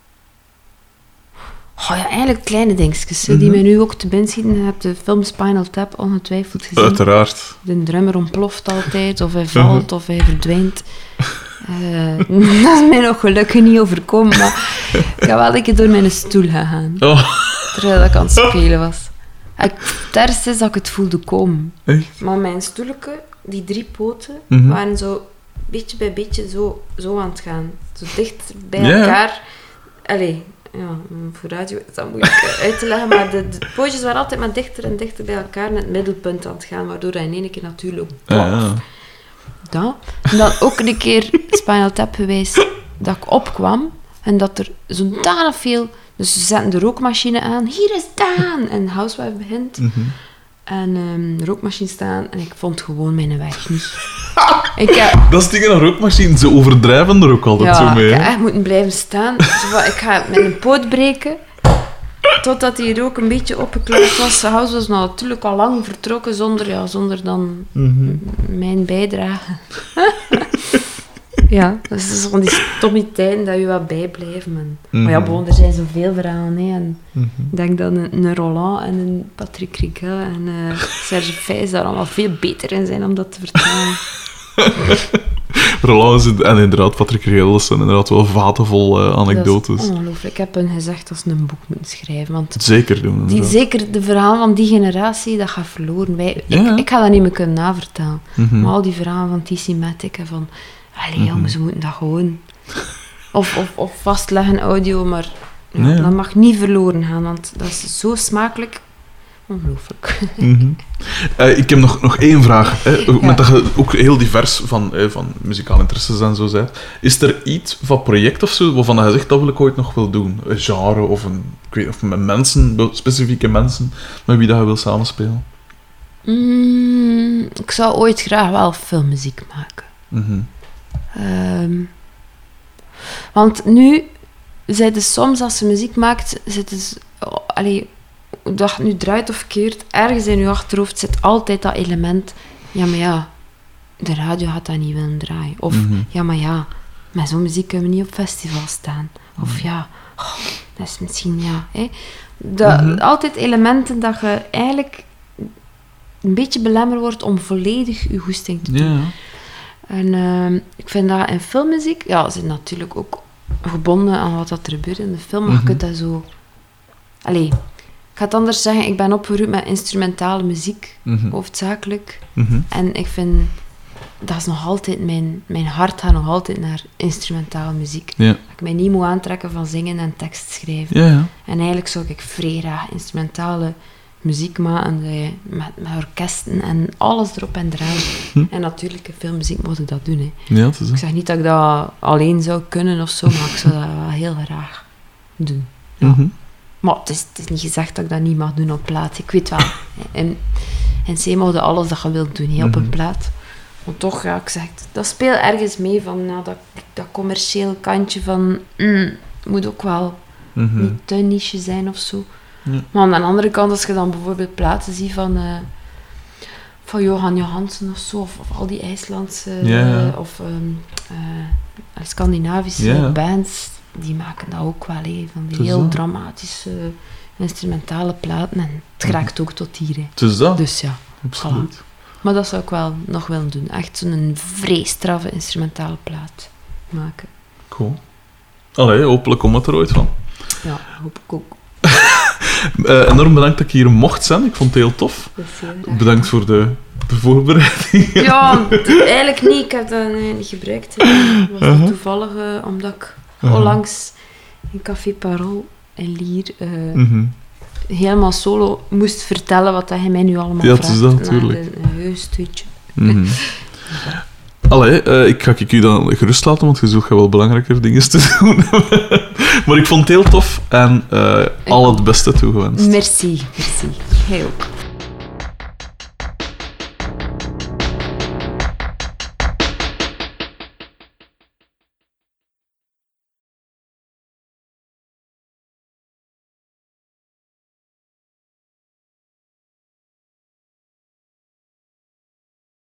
Oh ja, eigenlijk kleine dingetjes die mij nu ook te binnen schieten. Je hebt de film Spinal Tap ongetwijfeld gezien. Uiteraard. De drummer ontploft altijd, of hij valt, of hij verdwijnt. Dat is mij nog gelukkig niet overkomen, maar ik heb wel een keer door mijn stoel gegaan. Terwijl ik aan het spelen was. Het ergste is dat ik het voelde komen. Echt? Maar mijn stoelke, die 3 poten, waren zo beetje bij beetje zo aan het gaan. Zo dicht bij elkaar. Allee, ja, voor radio is dat moeilijk uit te leggen, maar de pootjes waren altijd maar dichter en dichter bij elkaar in het middelpunt aan het gaan, waardoor hij in één keer natuurlijk dat. En dan ook een keer Spinal Tap geweest dat ik opkwam en dat er zodanig veel... Dus ze zetten de rookmachine aan. Hier is Daan! En Housewife begint. En de rookmachine staan en ik vond gewoon mijn weg niet. Dat is tegen een rookmachine, ze overdrijven er ook altijd zo mee. Ik heb echt moeten blijven staan. Ik ga met een poot breken. Totdat die rook een beetje opgeklaard was. De house was natuurlijk al lang vertrokken zonder dan mijn bijdrage. Ja, dat is dus van die stommiteiten dat je wat bijblijven. Maar ja, er zijn zoveel verhalen. Hè. En ik denk dat een Roland en een Patrick Riquel en Serge Fijs daar allemaal veel beter in zijn om dat te vertellen. Roland en inderdaad Patrick Riquel zijn inderdaad wel vaten vol anekdotes. Dat is ongelooflijk. Ik heb hun gezegd dat ze een boek moeten schrijven. Want zeker doen. Zeker de verhalen van die generatie, dat gaat verloren. Ik ga dat niet meer kunnen navertellen. Maar al die verhalen van T-Matic en van... Jongens, ze moeten dat gewoon... Of vastleggen audio, maar dat mag niet verloren gaan, want dat is zo smakelijk. Ongelooflijk. Ik heb nog één vraag. Met dat je ook heel divers van muzikale interesses en zo bent. Is er iets van project of zo, waarvan je zegt, dat wil ik ooit nog wel doen? Een genre of met mensen, specifieke mensen, met wie dat je wil samenspelen? Ik zou ooit graag wel filmmuziek maken. Want nu zeiden soms als ze muziek maakt, dat het nu draait of keert, ergens in je achterhoofd zit altijd dat element. Ja, maar ja, de radio gaat dat niet willen draaien. Of ja, maar ja, met zo'n muziek kunnen we niet op festival staan. Of ja, dat is misschien altijd elementen dat je eigenlijk een beetje belemmerd wordt om volledig je goesting te doen. En ik vind dat in filmmuziek, ze zijn natuurlijk ook gebonden aan wat dat er gebeurt in de film, maar je kunt dat zo... ik ga het anders zeggen, ik ben opgegroeid met instrumentale muziek, hoofdzakelijk. En ik vind, dat is nog altijd, mijn hart gaat nog altijd naar instrumentale muziek. Dat ik mij niet moet aantrekken van zingen en tekst schrijven. En eigenlijk zou ik vrij graag instrumentale muziek maken, met orkesten en alles erop en eraan. En natuurlijk, in filmmuziek moet ik dat doen. Hè. Ik zeg niet dat ik dat alleen zou kunnen of zo, maar ik zou dat wel heel graag doen. Ja. Maar het is niet gezegd dat ik dat niet mag doen op plaat. Ik weet wel, in C mag je alles dat je wilt doen, op een plaat. Maar toch, ik zeg, dat speelt ergens mee van dat commercieel kantje van moet ook wel niet te niche zijn of zo. Maar aan de andere kant, als je dan bijvoorbeeld platen ziet van Johan Johansen of zo, of al die IJslandse of Scandinavische bands, die maken dat ook wel, van die heel dramatische instrumentale platen. En het geraakt ook tot hier. Dus ja, absoluut. Voilà. Maar dat zou ik wel nog willen doen. Echt zo'n vrij straffe instrumentale plaat maken. Cool. Hopelijk komt het er ooit van. Ja, hoop ik ook. Enorm bedankt dat ik hier mocht zijn. Ik vond het heel tof. Bedankt voor de voorbereiding. Ja, eigenlijk niet. Ik heb dat niet gebruikt. Het was toevallig omdat ik onlangs in Café Parool in Lier helemaal solo moest vertellen wat hij mij nu allemaal vraagt. Ja, het is dat natuurlijk. Een heus-tweetje. Ik ga u dan gerust laten, want je zult wel belangrijker dingen te doen. Maar ik vond het heel tof en al het beste toegewenst. Merci. Jij ook.